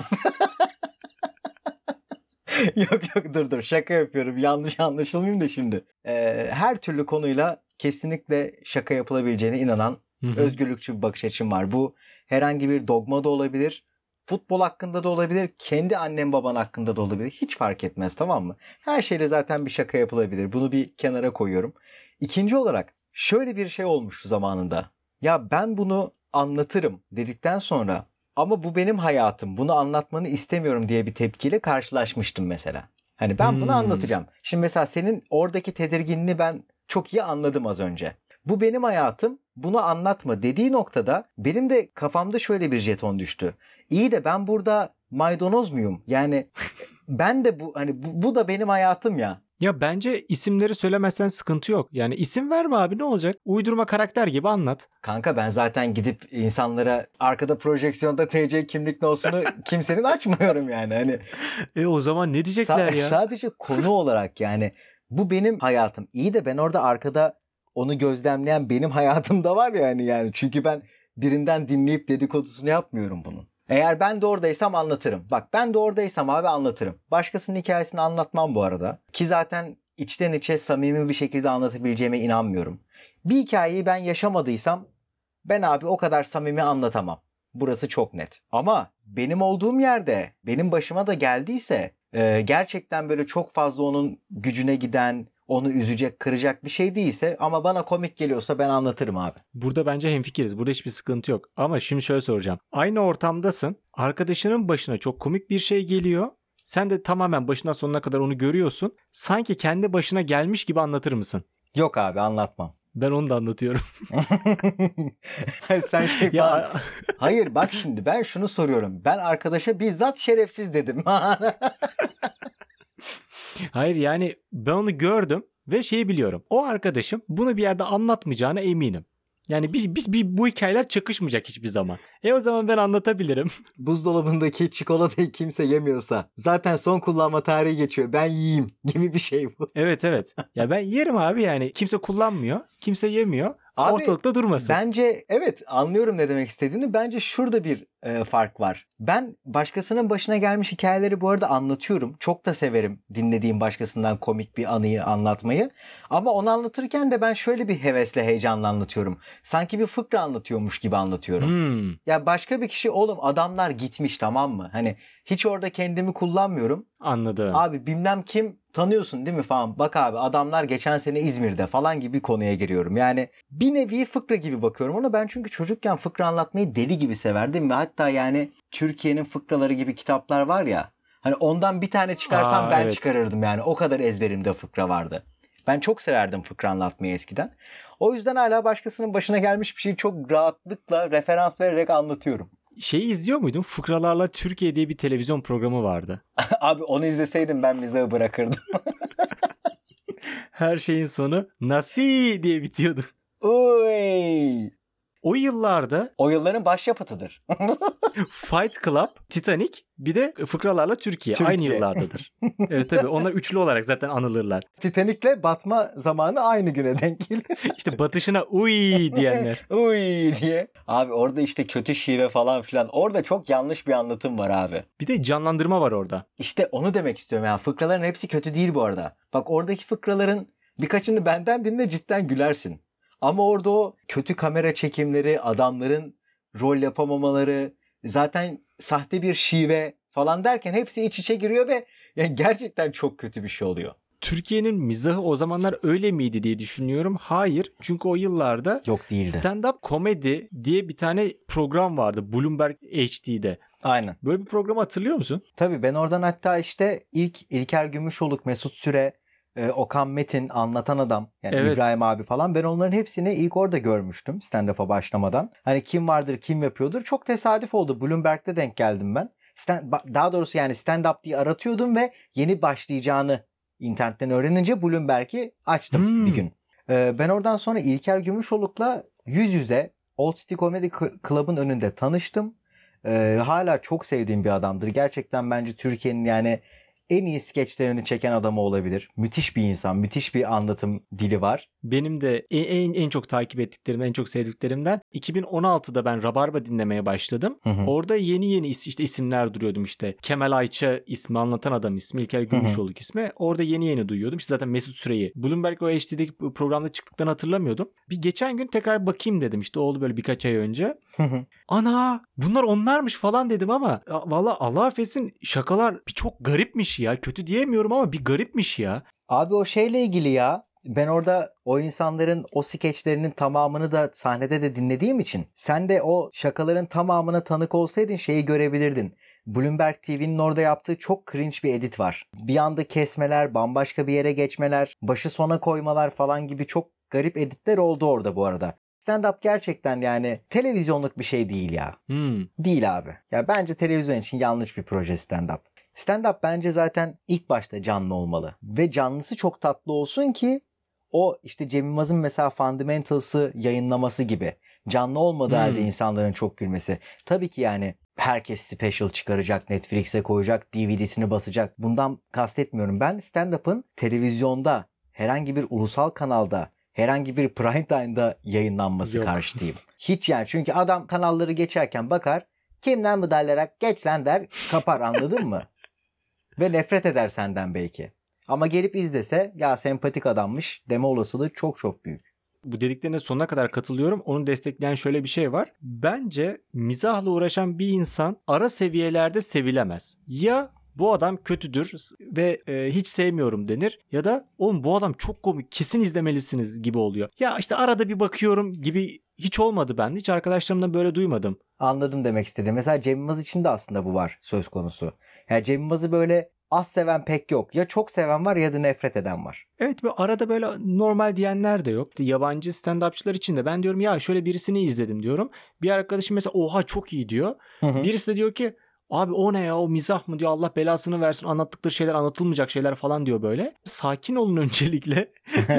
Yok dur şaka yapıyorum. Yanlış anlaşılmayayım da şimdi. Her türlü konuyla kesinlikle şaka yapılabileceğine inanan özgürlükçü bir bakış açım var. Bu herhangi bir dogma da olabilir. Futbol hakkında da olabilir. Kendi annen baban hakkında da olabilir. Hiç fark etmez, tamam mı? Her şeyle zaten bir şaka yapılabilir. Bunu bir kenara koyuyorum. İkinci olarak şöyle bir şey olmuştu zamanında. Ya ben bunu anlatırım dedikten sonra ama bu benim hayatım, bunu anlatmanı istemiyorum diye bir tepkiyle karşılaşmıştım mesela. Hani ben bunu anlatacağım. Şimdi mesela senin oradaki tedirginliğini ben çok iyi anladım az önce. Bu benim hayatım, bunu anlatma dediği noktada benim de kafamda şöyle bir jeton düştü. İyi de ben burada maydanoz muyum? Yani ben de bu da benim hayatım ya. Ya bence isimleri söylemezsen sıkıntı yok. Yani isim verme abi, ne olacak? Uydurma karakter gibi anlat. Kanka ben zaten gidip insanlara arkada projeksiyonda TC kimlik nosunu kimsenin açmıyorum yani. Hani O zaman ne diyecekler ya? sadece konu olarak yani bu benim hayatım. İyi de ben orada arkada onu gözlemleyen benim hayatım da var yani. Çünkü ben birinden dinleyip dedikodusunu yapmıyorum bunun. Eğer ben de oradaysam anlatırım. Bak ben de oradaysam abi anlatırım. Başkasının hikayesini anlatmam bu arada. Ki zaten içten içe samimi bir şekilde anlatabileceğime inanmıyorum. Bir hikayeyi ben yaşamadıysam ben abi o kadar samimi anlatamam. Burası çok net. Ama benim olduğum yerde benim başıma da geldiyse gerçekten böyle çok fazla onun gücüne giden, onu üzecek, kıracak bir şey değilse ama bana komik geliyorsa ben anlatırım abi. Burada bence hemfikiriz. Burada hiçbir sıkıntı yok. Ama şimdi şöyle soracağım. Aynı ortamdasın. Arkadaşının başına çok komik bir şey geliyor. Sen de tamamen başından sonuna kadar onu görüyorsun. Sanki kendi başına gelmiş gibi anlatır mısın? Yok abi anlatmam. Ben onu da anlatıyorum. Hayır, sen şey Ya falan. Hayır bak şimdi ben şunu soruyorum. Ben arkadaşa bizzat şerefsiz dedim. hayır, yani ben onu gördüm ve şeyi biliyorum. O arkadaşım bunu bir yerde anlatmayacağına eminim. Yani biz bu hikayeler çakışmayacak hiçbir zaman. O zaman ben anlatabilirim. Buzdolabındaki çikolatayı kimse yemiyorsa zaten son kullanma tarihi geçiyor. Ben yiyeyim gibi bir şey bu. Evet. Ya ben yerim abi yani. Kimse kullanmıyor. Kimse yemiyor. Abi, ortalıkta durmasın. Bence evet, anlıyorum ne demek istediğini. Bence şurada bir fark var. Ben başkasının başına gelmiş hikayeleri bu arada anlatıyorum. Çok da severim dinlediğim başkasından komik bir anıyı anlatmayı. Ama onu anlatırken de ben şöyle bir hevesle, heyecanla anlatıyorum. Sanki bir fıkra anlatıyormuş gibi anlatıyorum. Ya başka bir kişi, oğlum adamlar gitmiş, tamam mı? Hani hiç orada kendimi kullanmıyorum. Anladım. Abi bilmem kim, tanıyorsun değil mi falan. Bak abi adamlar geçen sene İzmir'de falan gibi konuya giriyorum. Yani bir nevi fıkra gibi bakıyorum ona. Ben çünkü çocukken fıkra anlatmayı deli gibi severdim. Ve hatta yani Türkiye'nin fıkraları gibi kitaplar var ya. Hani ondan bir tane çıkarsam ben evet. çıkarırdım yani. O kadar ezberimde fıkra vardı. Ben çok severdim fıkra anlatmayı eskiden. O yüzden hala başkasının başına gelmiş bir şeyi çok rahatlıkla referans vererek anlatıyorum. Şeyi izliyor muydun? Fıkralarla Türkiye diye bir televizyon programı vardı. Abi onu izleseydim ben mizahı bırakırdım. Her şeyin sonu nasi diye bitiyordu. Oy! O yıllarda O yılların başyapıtıdır. Fight Club, Titanic, bir de Fıkralarla Türkiye. Aynı yıllardadır. Evet tabii onlar üçlü olarak zaten anılırlar. Titanic'le batma zamanı aynı güne denk geliyor. İşte batışına uy diyenler. Uy diye. Abi orada işte kötü şive falan filan. Orada çok yanlış bir anlatım var abi. Bir de canlandırma var orada. İşte onu demek istiyorum ya. Fıkraların hepsi kötü değil bu arada. Bak oradaki fıkraların birkaçını benden dinle, cidden gülersin. Ama orada o kötü kamera çekimleri, adamların rol yapamamaları, zaten sahte bir şive falan derken hepsi iç içe giriyor ve yani gerçekten çok kötü bir şey oluyor. Türkiye'nin mizahı o zamanlar öyle miydi diye düşünüyorum. Hayır. Çünkü o yıllarda Yok değildi. Stand-up Comedy diye bir tane program vardı. Bloomberg HD'de. Aynen. Böyle bir programı hatırlıyor musun? Tabii ben oradan hatta işte ilk İlker Gümüşoluk, Mesut Süre, Okan Metin, Anlatan Adam, yani Evet. İbrahim abi falan, ben onların hepsini ilk orada görmüştüm stand-up'a başlamadan. Hani kim vardır kim yapıyordur, çok tesadüf oldu. Bloomberg'de denk geldim ben. Daha doğrusu yani stand-up diye aratıyordum ve yeni başlayacağını internetten öğrenince Bloomberg'i açtım bir gün. Ben oradan sonra İlker Gümüşoluk'la yüz yüze Old City Comedy Club'ın önünde tanıştım. Hala çok sevdiğim bir adamdır. Gerçekten bence Türkiye'nin yani en iyi skeçlerini çeken adamı olabilir. Müthiş bir insan, müthiş bir anlatım dili var. Benim de en çok takip ettiklerim, en çok sevdiklerimden 2016'da ben Rabarba dinlemeye başladım. Orada yeni işte isimler duruyordum işte. Kemal Ayça ismi, Anlatan Adam ismi, İlker Gümüşoluk ismi. Orada yeni duyuyordum. İşte zaten Mesut Süreyi. Bloomberg o HD'deki programda çıktıktan hatırlamıyordum. Bir geçen gün tekrar bakayım dedim. İşte oldu böyle birkaç ay önce. Ana bunlar onlarmış falan dedim ama valla Allah affetsin, şakalar çok garipmiş ya. Kötü diyemiyorum ama bir garipmiş ya. Abi o şeyle ilgili ya. Ben orada o insanların o skeçlerinin tamamını da sahnede de dinlediğim için sen de o şakaların tamamına tanık olsaydın şeyi görebilirdin. Bloomberg TV'nin orada yaptığı çok cringe bir edit var. Bir anda kesmeler, bambaşka bir yere geçmeler, başı sona koymalar falan gibi çok garip editler oldu orada bu arada. Stand-up gerçekten yani televizyonluk bir şey değil ya. Değil abi. Ya bence televizyon için yanlış bir proje stand-up. Stand-up bence zaten ilk başta canlı olmalı. Ve canlısı çok tatlı olsun ki o işte Cem Yılmaz'ın mesela Fundamentals'ı yayınlaması gibi. Canlı olmadığı halde insanların çok gülmesi. Tabii ki yani herkes special çıkaracak, Netflix'e koyacak, DVD'sini basacak. Bundan kastetmiyorum. Ben stand-up'ın televizyonda, herhangi bir ulusal kanalda, herhangi bir prime time'da yayınlanması karşıtıyım. Hiç yani, çünkü adam kanalları geçerken bakar, kimden bu derlerek geç lan der, kapar, anladın mı? Ve nefret eder senden belki. Ama gelip izlese ya sempatik adammış deme olasılığı çok çok büyük. Bu dediklerine sonuna kadar katılıyorum. Onu destekleyen şöyle bir şey var. Bence mizahla uğraşan bir insan ara seviyelerde sevilemez. Ya bu adam kötüdür ve hiç sevmiyorum denir, ya da oğlum bu adam çok komik, kesin izlemelisiniz gibi oluyor. Ya işte arada bir bakıyorum gibi hiç olmadı bende. Hiç arkadaşlarımdan böyle duymadım. Anladım demek istediğim. Mesela Cem Yılmaz için de aslında bu var söz konusu. Yani Cem Yılmaz'ı böyle az seven pek yok. Ya çok seven var ya da nefret eden var. Evet, ve arada böyle normal diyenler de yok. Yabancı stand-upçılar için de ben diyorum ya şöyle birisini izledim diyorum. Bir arkadaşım mesela oha çok iyi diyor. Birisi de diyor ki Abi o ne ya, o mizah mı diyor, Allah belasını versin, anlattıkları şeyler anlatılmayacak şeyler falan diyor böyle. Sakin olun öncelikle.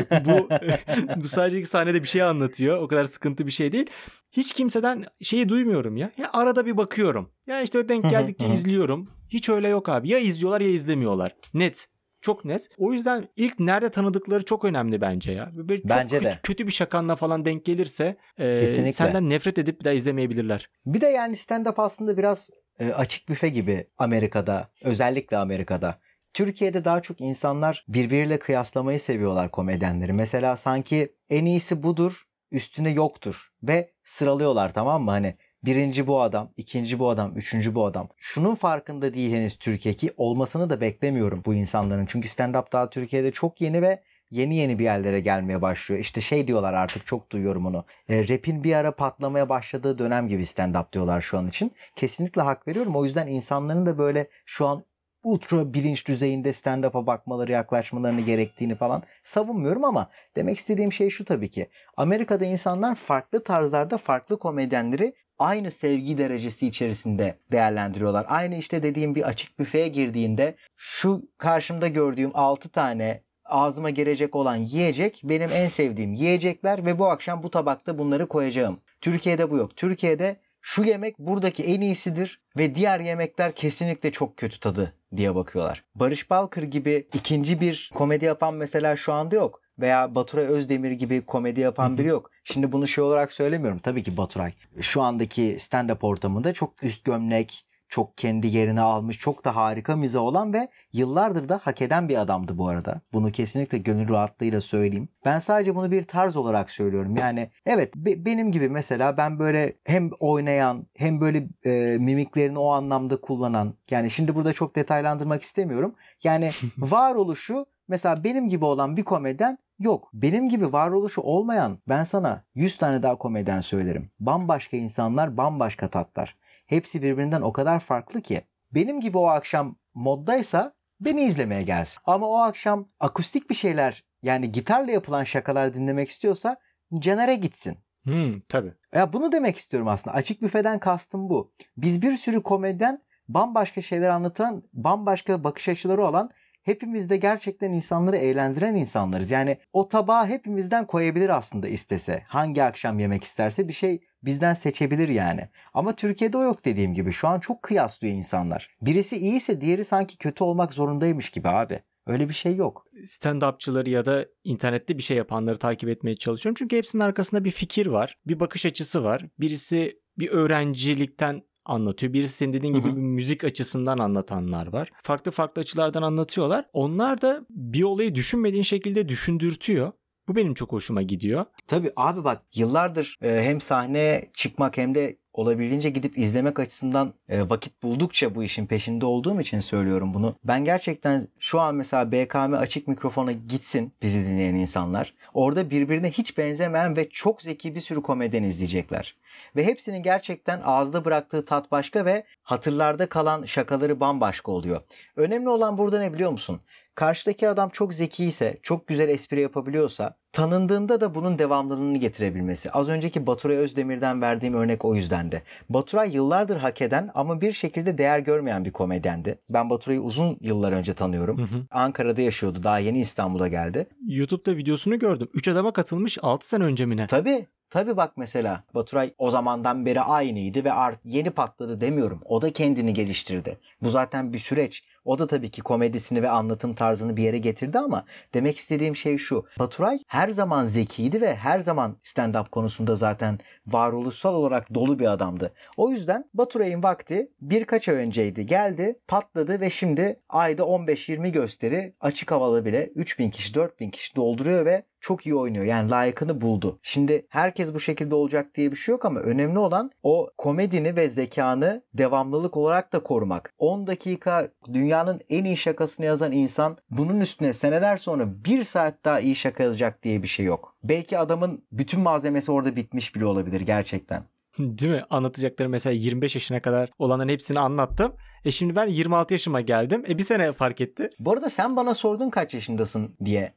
bu bu sadece iki sahnede bir şey anlatıyor. O kadar sıkıntı bir şey değil. Hiç kimseden şeyi duymuyorum ya. Ya arada bir bakıyorum. Ya işte denk geldikçe izliyorum. Hiç öyle yok abi. Ya izliyorlar ya izlemiyorlar. Net. Çok net. O yüzden ilk nerede tanıdıkları çok önemli bence ya. Böyle çok Bence kötü, de. kötü bir şakanla falan denk gelirse Kesinlikle. senden nefret edip bir daha izlemeyebilirler. Bir de yani stand-up aslında biraz açık büfe gibi Amerika'da. Özellikle Amerika'da. Türkiye'de daha çok insanlar birbiriyle kıyaslamayı seviyorlar komedyenleri. Mesela sanki en iyisi budur, üstüne yoktur. Ve sıralıyorlar, tamam mı? Hani birinci bu adam, ikinci bu adam, üçüncü bu adam. Şunun farkında değil henüz Türkiye, ki olmasını da beklemiyorum bu insanların. Çünkü stand-up daha Türkiye'de çok yeni ve yeni bir yerlere gelmeye başlıyor. İşte şey diyorlar, artık çok duyuyorum onu. Rap'in bir ara patlamaya başladığı dönem gibi stand-up diyorlar şu an için. Kesinlikle hak veriyorum. O yüzden insanların da böyle şu an ultra bilinç düzeyinde stand-up'a bakmaları, yaklaşmalarını gerektiğini falan savunmuyorum, ama demek istediğim şey şu tabii ki. Amerika'da insanlar farklı tarzlarda farklı komedyenleri aynı sevgi derecesi içerisinde değerlendiriyorlar. Aynı işte dediğim bir açık büfeye girdiğinde şu karşımda gördüğüm 6 tane ağzıma gelecek olan yiyecek benim en sevdiğim yiyecekler ve bu akşam bu tabakta bunları koyacağım. Türkiye'de bu yok. Türkiye'de şu yemek buradaki en iyisidir ve diğer yemekler kesinlikle çok kötü tadı diye bakıyorlar. Barış Balkır gibi ikinci bir komedi yapan mesela şu anda yok. Veya Baturay Özdemir gibi komedi yapan biri yok. Şimdi bunu şey olarak söylemiyorum. Tabii ki Baturay şu andaki stand-up ortamında çok üst gömlek, çok kendi yerini almış, çok da harika mizah olan ve yıllardır da hak eden bir adamdı bu arada. Bunu kesinlikle gönül rahatlığıyla söyleyeyim. Ben sadece bunu bir tarz olarak söylüyorum. Yani evet, benim gibi mesela ben böyle hem oynayan hem böyle mimiklerini o anlamda kullanan, yani şimdi burada çok detaylandırmak istemiyorum. Yani varoluşu mesela benim gibi olan bir komedyen yok. Benim gibi varoluşu olmayan, ben sana 100 tane daha komedyen söylerim. Bambaşka insanlar, bambaşka tatlar. Hepsi birbirinden o kadar farklı ki. Benim gibi o akşam moddaysa beni izlemeye gelsin. Ama o akşam akustik bir şeyler, yani gitarla yapılan şakalar dinlemek istiyorsa Caner'e gitsin. Tabii. Ya bunu demek istiyorum aslında. Açık büfeden kastım bu. Biz bir sürü komedyen, bambaşka şeyler anlatan, bambaşka bakış açıları olan, hepimiz de gerçekten insanları eğlendiren insanlarız. Yani o tabağı hepimizden koyabilir aslında istese. Hangi akşam yemek isterse bir şey bizden seçebilir yani. Ama Türkiye'de o yok dediğim gibi. Şu an çok kıyaslıyor insanlar. Birisi iyiyse diğeri sanki kötü olmak zorundaymış gibi abi. Öyle bir şey yok. Stand-upçıları ya da internette bir şey yapanları takip etmeye çalışıyorum. Çünkü hepsinin arkasında bir fikir var, bir bakış açısı var. Birisi bir öğrencilikten anlatıyor. Birisi senin dediğin gibi bir müzik açısından anlatanlar var. Farklı farklı açılardan anlatıyorlar. Onlar da bir olayı düşünmediğin şekilde düşündürtüyor. Bu benim çok hoşuma gidiyor. Tabii abi bak, yıllardır hem sahneye çıkmak hem de olabildiğince gidip izlemek açısından vakit buldukça bu işin peşinde olduğum için söylüyorum bunu. Ben gerçekten şu an mesela BKM açık mikrofona gitsin bizi dinleyen insanlar. Orada birbirine hiç benzemeyen ve çok zeki bir sürü komedyen izleyecekler. Ve hepsinin gerçekten ağızda bıraktığı tat başka ve hatırlarda kalan şakaları bambaşka oluyor. Önemli olan burada ne biliyor musun? Karşıdaki adam çok zeki ise, çok güzel espri yapabiliyorsa, tanındığında da bunun devamlılığını getirebilmesi. Az önceki Baturay Özdemir'den verdiğim örnek o yüzdendi. Baturay yıllardır hak eden ama bir şekilde değer görmeyen bir komedyendi. Ben Baturay'ı uzun yıllar önce tanıyorum. Ankara'da yaşıyordu. Daha yeni İstanbul'a geldi. YouTube'da videosunu gördüm. 3 adama katılmış 6 sene önce mi ne? Tabii bak mesela Baturay o zamandan beri aynıydı ve yeni patladı demiyorum. O da kendini geliştirdi. Bu zaten bir süreç. O da tabii ki komedisini ve anlatım tarzını bir yere getirdi ama demek istediğim şey şu. Baturay her zaman zekiydi ve her zaman stand-up konusunda zaten varoluşsal olarak dolu bir adamdı. O yüzden Baturay'ın vakti birkaç ay önceydi. Geldi, patladı ve şimdi ayda 15-20 gösteri açık havalı bile 3000 kişi 4000 kişi dolduruyor ve çok iyi oynuyor. Yani layıkını buldu. Şimdi herkes bu şekilde olacak diye bir şey yok ama önemli olan o komedini ve zekanı devamlılık olarak da korumak. 10 dakika dünyanın en iyi şakasını yazan insan bunun üstüne seneler sonra 1 saat daha iyi şaka yazacak diye bir şey yok. Belki adamın bütün malzemesi orada bitmiş bile olabilir gerçekten. Değil mi? Anlatacakları mesela 25 yaşına kadar olanların hepsini anlattım. Şimdi ben 26 yaşıma geldim. Bir sene fark etti. Bu arada sen bana sordun kaç yaşındasın diye.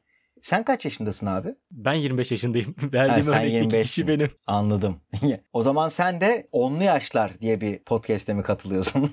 Sen kaç yaşındasın abi? Ben 25 yaşındayım. Verdiğim sen örnekteki 25'sin. kişi benim. Anladım. O zaman sen de Onlu Yaşlar diye bir podcast'e mi katılıyorsun?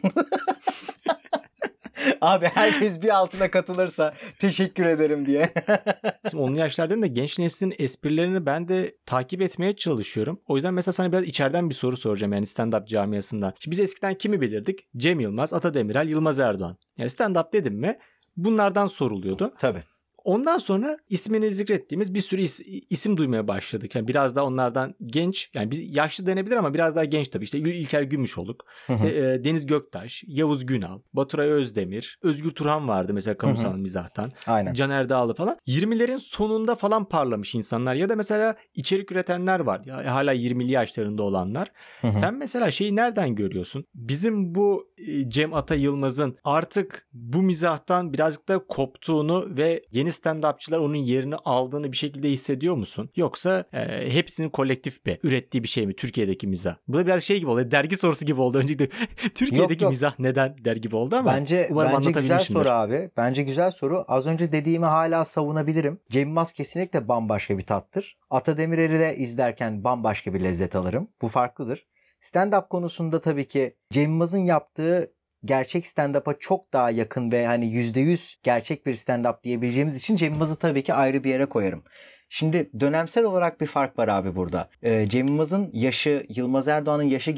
Abi herkes bir altına katılırsa teşekkür ederim diye. Şimdi onlu yaşlardan da genç neslin esprilerini ben de takip etmeye çalışıyorum. O yüzden mesela sana biraz içeriden bir soru soracağım yani stand-up camiasından. Şimdi biz eskiden kimi bilirdik? Cem Yılmaz, Ata Demirer, Yılmaz Erdoğan. Yani stand-up dedim mi bunlardan soruluyordu. Tabii. Ondan sonra ismini zikrettiğimiz bir sürü isim duymaya başladık. Yani biraz daha onlardan genç, yani biz yaşlı denebilir ama biraz daha genç tabii. İşte İlker Gümüşoluk, işte Deniz Göktaş, Yavuz Günal, Baturay Özdemir, Özgür Turhan vardı mesela kamusal mizahtan. Aynen. Caner Dağlı falan. 20'lerin sonunda falan parlamış insanlar ya da mesela içerik üretenler var. Ya hala 20'li yaşlarında olanlar. Sen mesela şeyi nereden görüyorsun? Bizim bu Cem Ata Yılmaz'ın artık bu mizahtan birazcık da koptuğunu ve yeni stand-upçılar onun yerini aldığını bir şekilde hissediyor musun? Yoksa hepsinin kolektif bir ürettiği bir şey mi Türkiye'deki mizah? Bu da biraz şey gibi oldu. Dergi sorusu gibi oldu. Öncelikle Türkiye'deki Yok. mizah neden der gibi oldu ama bence umarım güzel anlatabilmişimdir. soru abi. Bence güzel soru. Az önce dediğimi hala savunabilirim. Cem Yılmaz kesinlikle bambaşka bir tattır. Ata Demirer'i de izlerken bambaşka bir lezzet alırım. Bu farklıdır. Stand-up konusunda tabii ki Cem Yılmaz'ın yaptığı gerçek stand-up'a çok daha yakın ve hani %100 gerçek bir stand-up diyebileceğimiz için Cem Yılmaz'ı tabii ki ayrı bir yere koyarım. Şimdi dönemsel olarak bir fark var abi burada. Cem Yılmaz'ın yaşı, Yılmaz Erdoğan'ın yaşı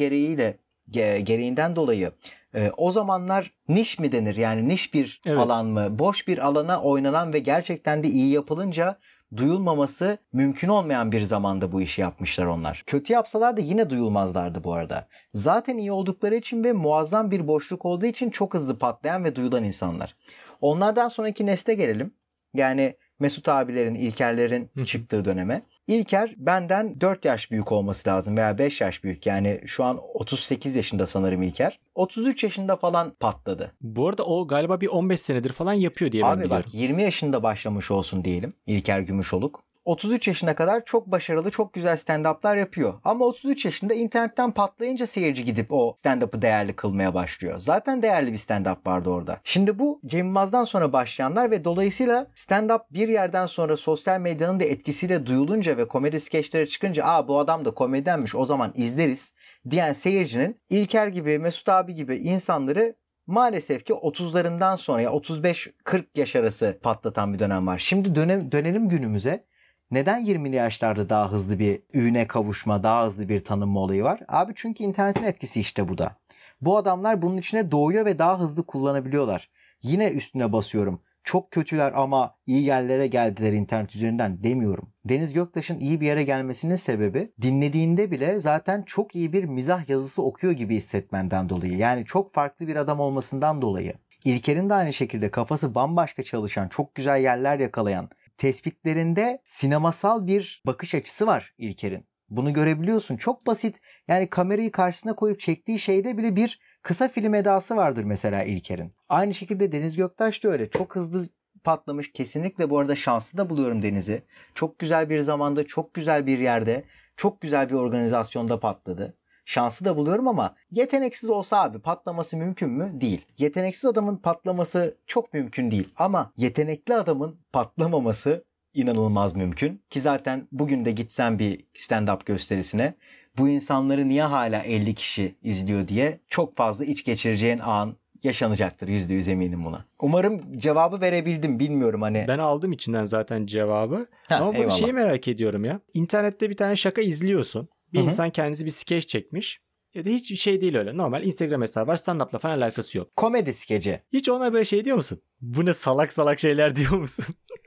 gereğinden dolayı o zamanlar niş mi denir? Yani niş bir alan mı? Boş bir alana oynanan ve gerçekten de iyi yapılınca duyulmaması mümkün olmayan bir zamanda bu işi yapmışlar onlar. Kötü yapsalar da yine duyulmazlardı bu arada. Zaten iyi oldukları için ve muazzam bir boşluk olduğu için çok hızlı patlayan ve duyulan insanlar. Onlardan sonraki nesle gelelim. Yani Mesut abilerin, İlkerlerin çıktığı döneme. İlker benden 4 yaş büyük olması lazım veya 5 yaş büyük. Yani şu an 38 yaşında sanırım İlker. 33 yaşında falan patladı. Bu arada o galiba bir 15 senedir falan yapıyor diye ben biliyorum. Abi bak 20 yaşında başlamış olsun diyelim İlker Gümüşoluk. 33 yaşına kadar çok başarılı, çok güzel stand-up'lar yapıyor. Ama 33 yaşında internetten patlayınca seyirci gidip o stand-up'ı değerli kılmaya başlıyor. Zaten değerli bir stand-up vardı orada. Şimdi bu Cem Yılmaz'dan sonra başlayanlar ve dolayısıyla stand-up bir yerden sonra sosyal medyanın da etkisiyle duyulunca ve komedi skeçleri çıkınca bu adam da komedyenmiş o zaman izleriz diyen seyircinin İlker gibi, Mesut abi gibi insanları maalesef ki 30'larından sonra ya 35-40 yaş arası patlatan bir dönem var. Şimdi dönelim günümüze. Neden 20'li yaşlarda daha hızlı bir üne kavuşma, daha hızlı bir tanınma olayı var? Abi çünkü internetin etkisi işte bu da. Bu adamlar bunun içine doğuyor ve daha hızlı kullanabiliyorlar. Yine üstüne basıyorum. Çok kötüler ama iyi yerlere geldiler internet üzerinden demiyorum. Deniz Göktaş'ın iyi bir yere gelmesinin sebebi dinlediğinde bile zaten çok iyi bir mizah yazısı okuyor gibi hissetmenden dolayı. Yani çok farklı bir adam olmasından dolayı. İlker'in de aynı şekilde kafası bambaşka çalışan, çok güzel yerler yakalayan, tespitlerinde sinemasal bir bakış açısı var İlker'in. Bunu görebiliyorsun. Çok basit. Yani kamerayı karşısına koyup çektiği şeyde bile bir kısa film edası vardır mesela İlker'in. Aynı şekilde Deniz Göktaş da öyle. Çok hızlı patlamış. Kesinlikle bu arada şanslı da buluyorum Deniz'i. Çok güzel bir zamanda, çok güzel bir yerde, çok güzel bir organizasyonda patladı. Şansı da buluyorum ama yeteneksiz olsa abi patlaması mümkün mü? Değil. Yeteneksiz adamın patlaması çok mümkün değil. Ama yetenekli adamın patlamaması inanılmaz mümkün. Ki zaten bugün de gitsen bir stand-up gösterisine bu insanları niye hala 50 kişi izliyor diye çok fazla iç geçireceğin an yaşanacaktır. %100 eminim buna. Umarım cevabı verebildim. Bilmiyorum hani. Ben aldım içinden zaten cevabı. Ama burada şeyi merak ediyorum ya. İnternette bir tane şaka izliyorsun. Bir insan kendisi bir skeç çekmiş. Ya da hiç şey değil öyle. Normal Instagram hesabı var. Stand-up'la falan alakası yok. Komedi skeci. Hiç ona böyle şey diyor musun? Bu ne salak salak şeyler diyor musun?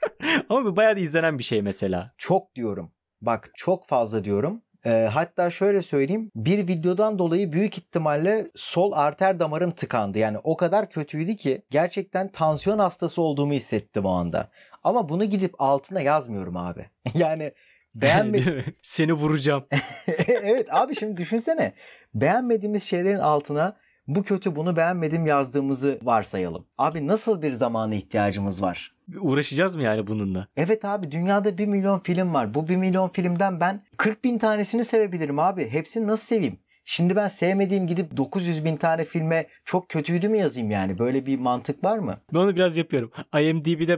Ama bu bayağı da izlenen bir şey mesela. Çok diyorum. Bak çok fazla diyorum. Hatta şöyle söyleyeyim. Bir videodan dolayı büyük ihtimalle sol arter damarım tıkandı. Yani o kadar kötüydü ki gerçekten tansiyon hastası olduğumu hissettim o anda. Ama bunu gidip altına yazmıyorum abi. Yani beğenmedim. Seni vuracağım. Evet abi şimdi düşünsene. Beğenmediğimiz şeylerin altına bu kötü bunu beğenmedim yazdığımızı varsayalım. Abi nasıl bir zamana ihtiyacımız var? Uğraşacağız mı yani bununla? Evet abi dünyada 1 milyon film var. Bu 1 milyon filmden ben 40 bin tanesini sevebilirim abi. Hepsini nasıl seveyim? Şimdi ben sevmediğim gidip 900 bin tane filme çok kötüydü mü yazayım yani? Böyle bir mantık var mı? Ben onu biraz yapıyorum. IMDb'de ben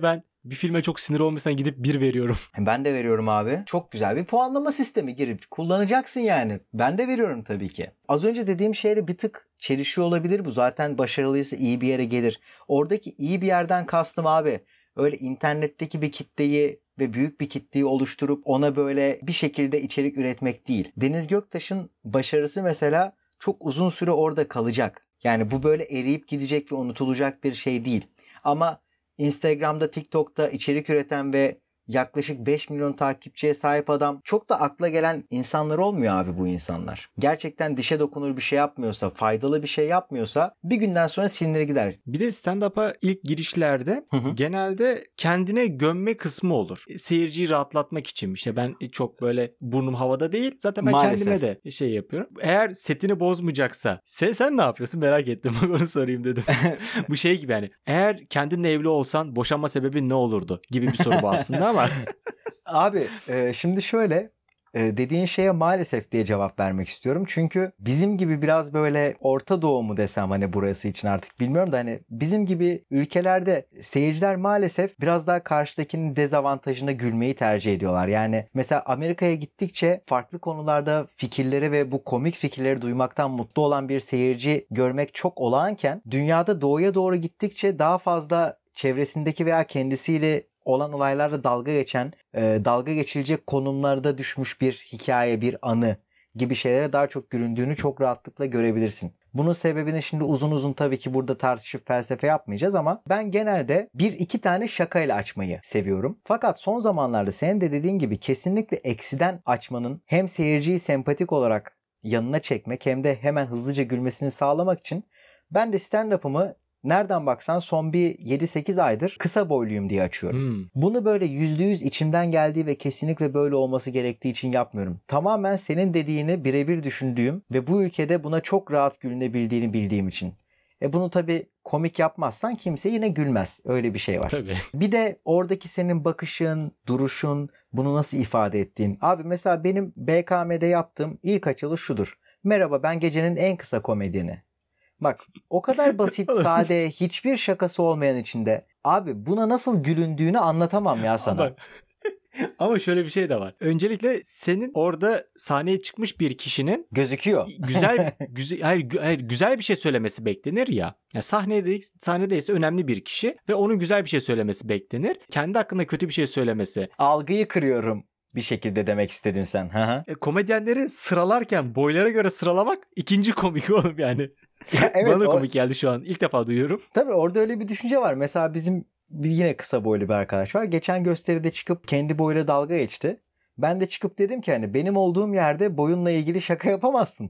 bir filme çok sinir olmuşsan gidip 1 veriyorum. Ben de veriyorum abi. Çok güzel bir puanlama sistemi girip kullanacaksın yani. Ben de veriyorum tabii ki. Az önce dediğim şeyle bir tık çelişiyor olabilir bu. Zaten başarılıysa iyi bir yere gelir. Oradaki iyi bir yerden kastım abi. Öyle internetteki bir kitleyi ve büyük bir kitleyi oluşturup ona böyle bir şekilde içerik üretmek değil. Deniz Göktaş'ın başarısı mesela çok uzun süre orada kalacak. Yani bu böyle eriyip gidecek ve unutulacak bir şey değil. Ama Instagram'da, TikTok'ta içerik üreten ve yaklaşık 5 milyon takipçiye sahip adam, çok da akla gelen insanlar olmuyor abi bu insanlar. Gerçekten dişe dokunur bir şey yapmıyorsa, faydalı bir şey yapmıyorsa bir günden sonra sinir gider. Bir de stand-up'a ilk girişlerde genelde kendine gömme kısmı olur. Seyirciyi rahatlatmak için. İşte ben çok böyle burnum havada değil. Zaten ben Maalesef. kendime de şey yapıyorum. Eğer setini bozmayacaksa sen ne yapıyorsun merak ettim. Onu sorayım dedim. Bu şey gibi yani. Eğer kendinle evli olsan boşanma sebebin ne olurdu gibi bir soru bu aslında ama. Abi şimdi şöyle dediğin şeye maalesef diye cevap vermek istiyorum. Çünkü bizim gibi biraz böyle Orta Doğu mu desem hani burası için artık bilmiyorum da hani bizim gibi ülkelerde seyirciler maalesef biraz daha karşıdakinin dezavantajına gülmeyi tercih ediyorlar. Yani mesela Amerika'ya gittikçe farklı konularda fikirleri ve bu komik fikirleri duymaktan mutlu olan bir seyirci görmek çok olağanken dünyada doğuya doğru gittikçe daha fazla çevresindeki veya kendisiyle olan olaylarla dalga geçilecek konumlarda düşmüş bir hikaye, bir anı gibi şeylere daha çok göründüğünü çok rahatlıkla görebilirsin. Bunun sebebini şimdi uzun uzun tabii ki burada tartışıp felsefe yapmayacağız ama ben genelde 1-2 tane şakayla açmayı seviyorum. Fakat son zamanlarda senin de dediğin gibi kesinlikle eksiden açmanın hem seyirciyi sempatik olarak yanına çekmek hem de hemen hızlıca gülmesini sağlamak için ben de stand-up'ımı nereden baksan son bir 7-8 aydır kısa boyluyum diye açıyorum. Bunu böyle %100 içimden geldiği ve kesinlikle böyle olması gerektiği için yapmıyorum. Tamamen senin dediğini birebir düşündüğüm ve bu ülkede buna çok rahat gülünebildiğini bildiğim için. Bunu tabii komik yapmazsan kimse yine gülmez. Öyle bir şey var. Tabii. Bir de oradaki senin bakışın, duruşun, bunu nasıl ifade ettiğin. Abi mesela benim BKM'de yaptığım ilk açılış şudur. Merhaba, ben gecenin en kısa komedyeni. Bak, o kadar basit, sade, hiçbir şakası olmayan içinde. Abi buna nasıl gülündüğünü anlatamam ya sana. Ama şöyle bir şey de var. Öncelikle senin orada sahneye çıkmış bir kişinin gözüküyor. Güzel bir şey söylemesi beklenir ya. Ya sahnedeyse önemli bir kişi ve onun güzel bir şey söylemesi beklenir. Kendi hakkında kötü bir şey söylemesi. Algıyı kırıyorum bir şekilde demek istedin sen. Komedyenleri sıralarken boylara göre sıralamak ikinci komik oğlum yani. Evet, bana da komik geldi şu an. İlk defa duyuyorum. Tabii orada öyle bir düşünce var. Mesela bizim yine kısa boylu bir arkadaş var. Geçen gösteride çıkıp kendi boyuyla dalga geçti. Ben de çıkıp dedim ki hani benim olduğum yerde boyunla ilgili şaka yapamazsın.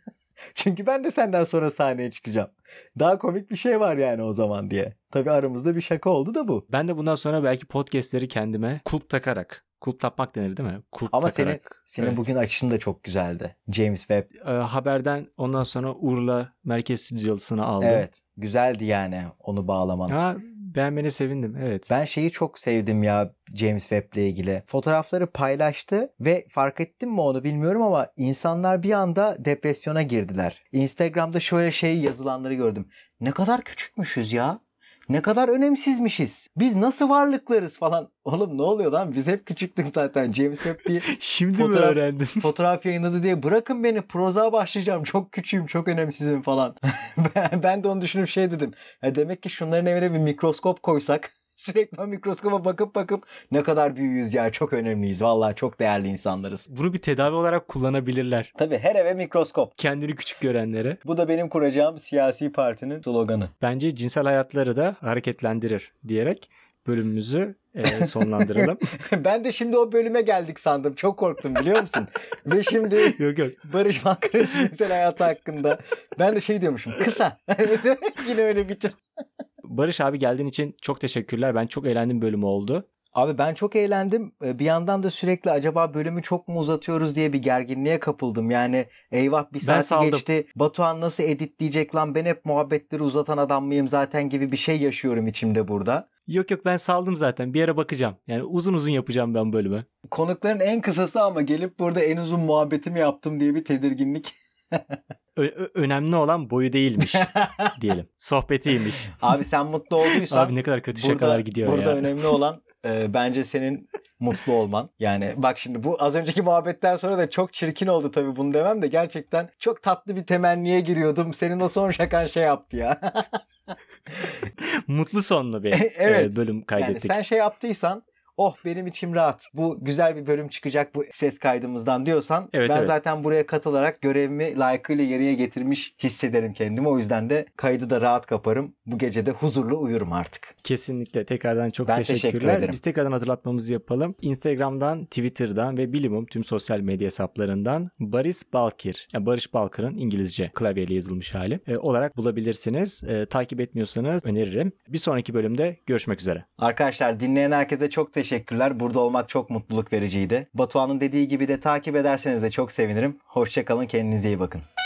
Çünkü ben de senden sonra sahneye çıkacağım. Daha komik bir şey var yani o zaman diye. Tabii aramızda bir şaka oldu da bu. Ben de bundan sonra belki podcastleri kendime kulp takarak. Kulp takmak denir değil mi? Kulp ama takarak. senin evet. Bugün açışın da çok güzeldi. James Webb. Haberden ondan sonra Urla Merkez Stüdyosu'na aldım. Evet. Güzeldi yani onu bağlaman. Beğenmene sevindim. Evet. Ben şeyi çok sevdim ya James Webb'le ilgili. Fotoğrafları paylaştı ve fark ettim mi onu bilmiyorum ama insanlar bir anda depresyona girdiler. Instagram'da şöyle yazılanları gördüm. Ne kadar küçükmüşüz ya. Ne kadar önemsizmişiz. Biz nasıl varlıklarız falan. Oğlum ne oluyor lan? Biz hep küçüktük zaten. James Webb bir Şimdi mi öğrendin? Fotoğraf yayınladı diye bırakın beni proza başlayacağım. Çok küçüğüm, çok önemsizim falan. Ben de onu düşünüp dedim. Demek ki şunların evine bir mikroskop koysak sürekli o mikroskopa bakıp ne kadar büyüğüz ya, çok önemliyiz. Vallahi çok değerli insanlarız. Bunu bir tedavi olarak kullanabilirler. Tabii her eve mikroskop. Kendini küçük görenlere. Bu da benim kuracağım siyasi partinin sloganı. Bence cinsel hayatları da hareketlendirir diyerek bölümümüzü sonlandıralım. Ben de şimdi o bölüme geldik sandım. Çok korktum biliyor musun? Ve şimdi yok. Barış Mankar'ın cinsel hayatı hakkında ben de diyormuşum. Kısa. Yine öyle bitir. Barış abi geldiğin için çok teşekkürler. Ben çok eğlendim bölümü oldu. Abi ben çok eğlendim. Bir yandan da sürekli acaba bölümü çok mu uzatıyoruz diye bir gerginliğe kapıldım. Yani eyvah bir saati geçti. Batuhan nasıl editleyecek lan, ben hep muhabbetleri uzatan adam mıyım zaten gibi bir şey yaşıyorum içimde burada. Yok ben saldım zaten. Bir ara bakacağım. Yani uzun uzun yapacağım ben bölümü. Konukların en kısası ama gelip burada en uzun muhabbetimi yaptım diye bir tedirginlik. Önemli olan boyu değilmiş diyelim. Sohbetiymiş. Abi sen mutlu olduysan Abi ne kadar kötü şakalar gidiyor burada ya. önemli olan bence senin mutlu olman. Yani bak şimdi bu az önceki muhabbetten sonra da çok çirkin oldu tabii bunu demem de gerçekten çok tatlı bir temenniye giriyordum. Senin o son şakan şey yaptı ya. Mutlu sonlu bir Evet. bölüm Yani kaydettik. sen şey yaptıysan oh benim içim rahat. Bu güzel bir bölüm çıkacak bu ses kaydımızdan diyorsan Evet, ben evet. zaten buraya katılarak görevimi layıkıyla yerine getirmiş hissederim kendimi. O yüzden de kaydı da rahat kaparım. Bu gece de huzurlu uyurum artık. Kesinlikle tekrardan çok Ben teşekkür teşekkürler. ederim. Biz tekrardan hatırlatmamızı yapalım. Instagram'dan, Twitter'dan ve bilimum tüm sosyal medya hesaplarından Baris Balkir, yani Barış Balkır'ın İngilizce klavyeyle yazılmış hali olarak bulabilirsiniz. Takip etmiyorsanız öneririm. Bir sonraki bölümde görüşmek üzere. Arkadaşlar dinleyen herkese çok teşekkürler. Burada olmak çok mutluluk vericiydi. Batuhan'ın dediği gibi de takip ederseniz de çok sevinirim. Hoşça kalın, kendinize iyi bakın.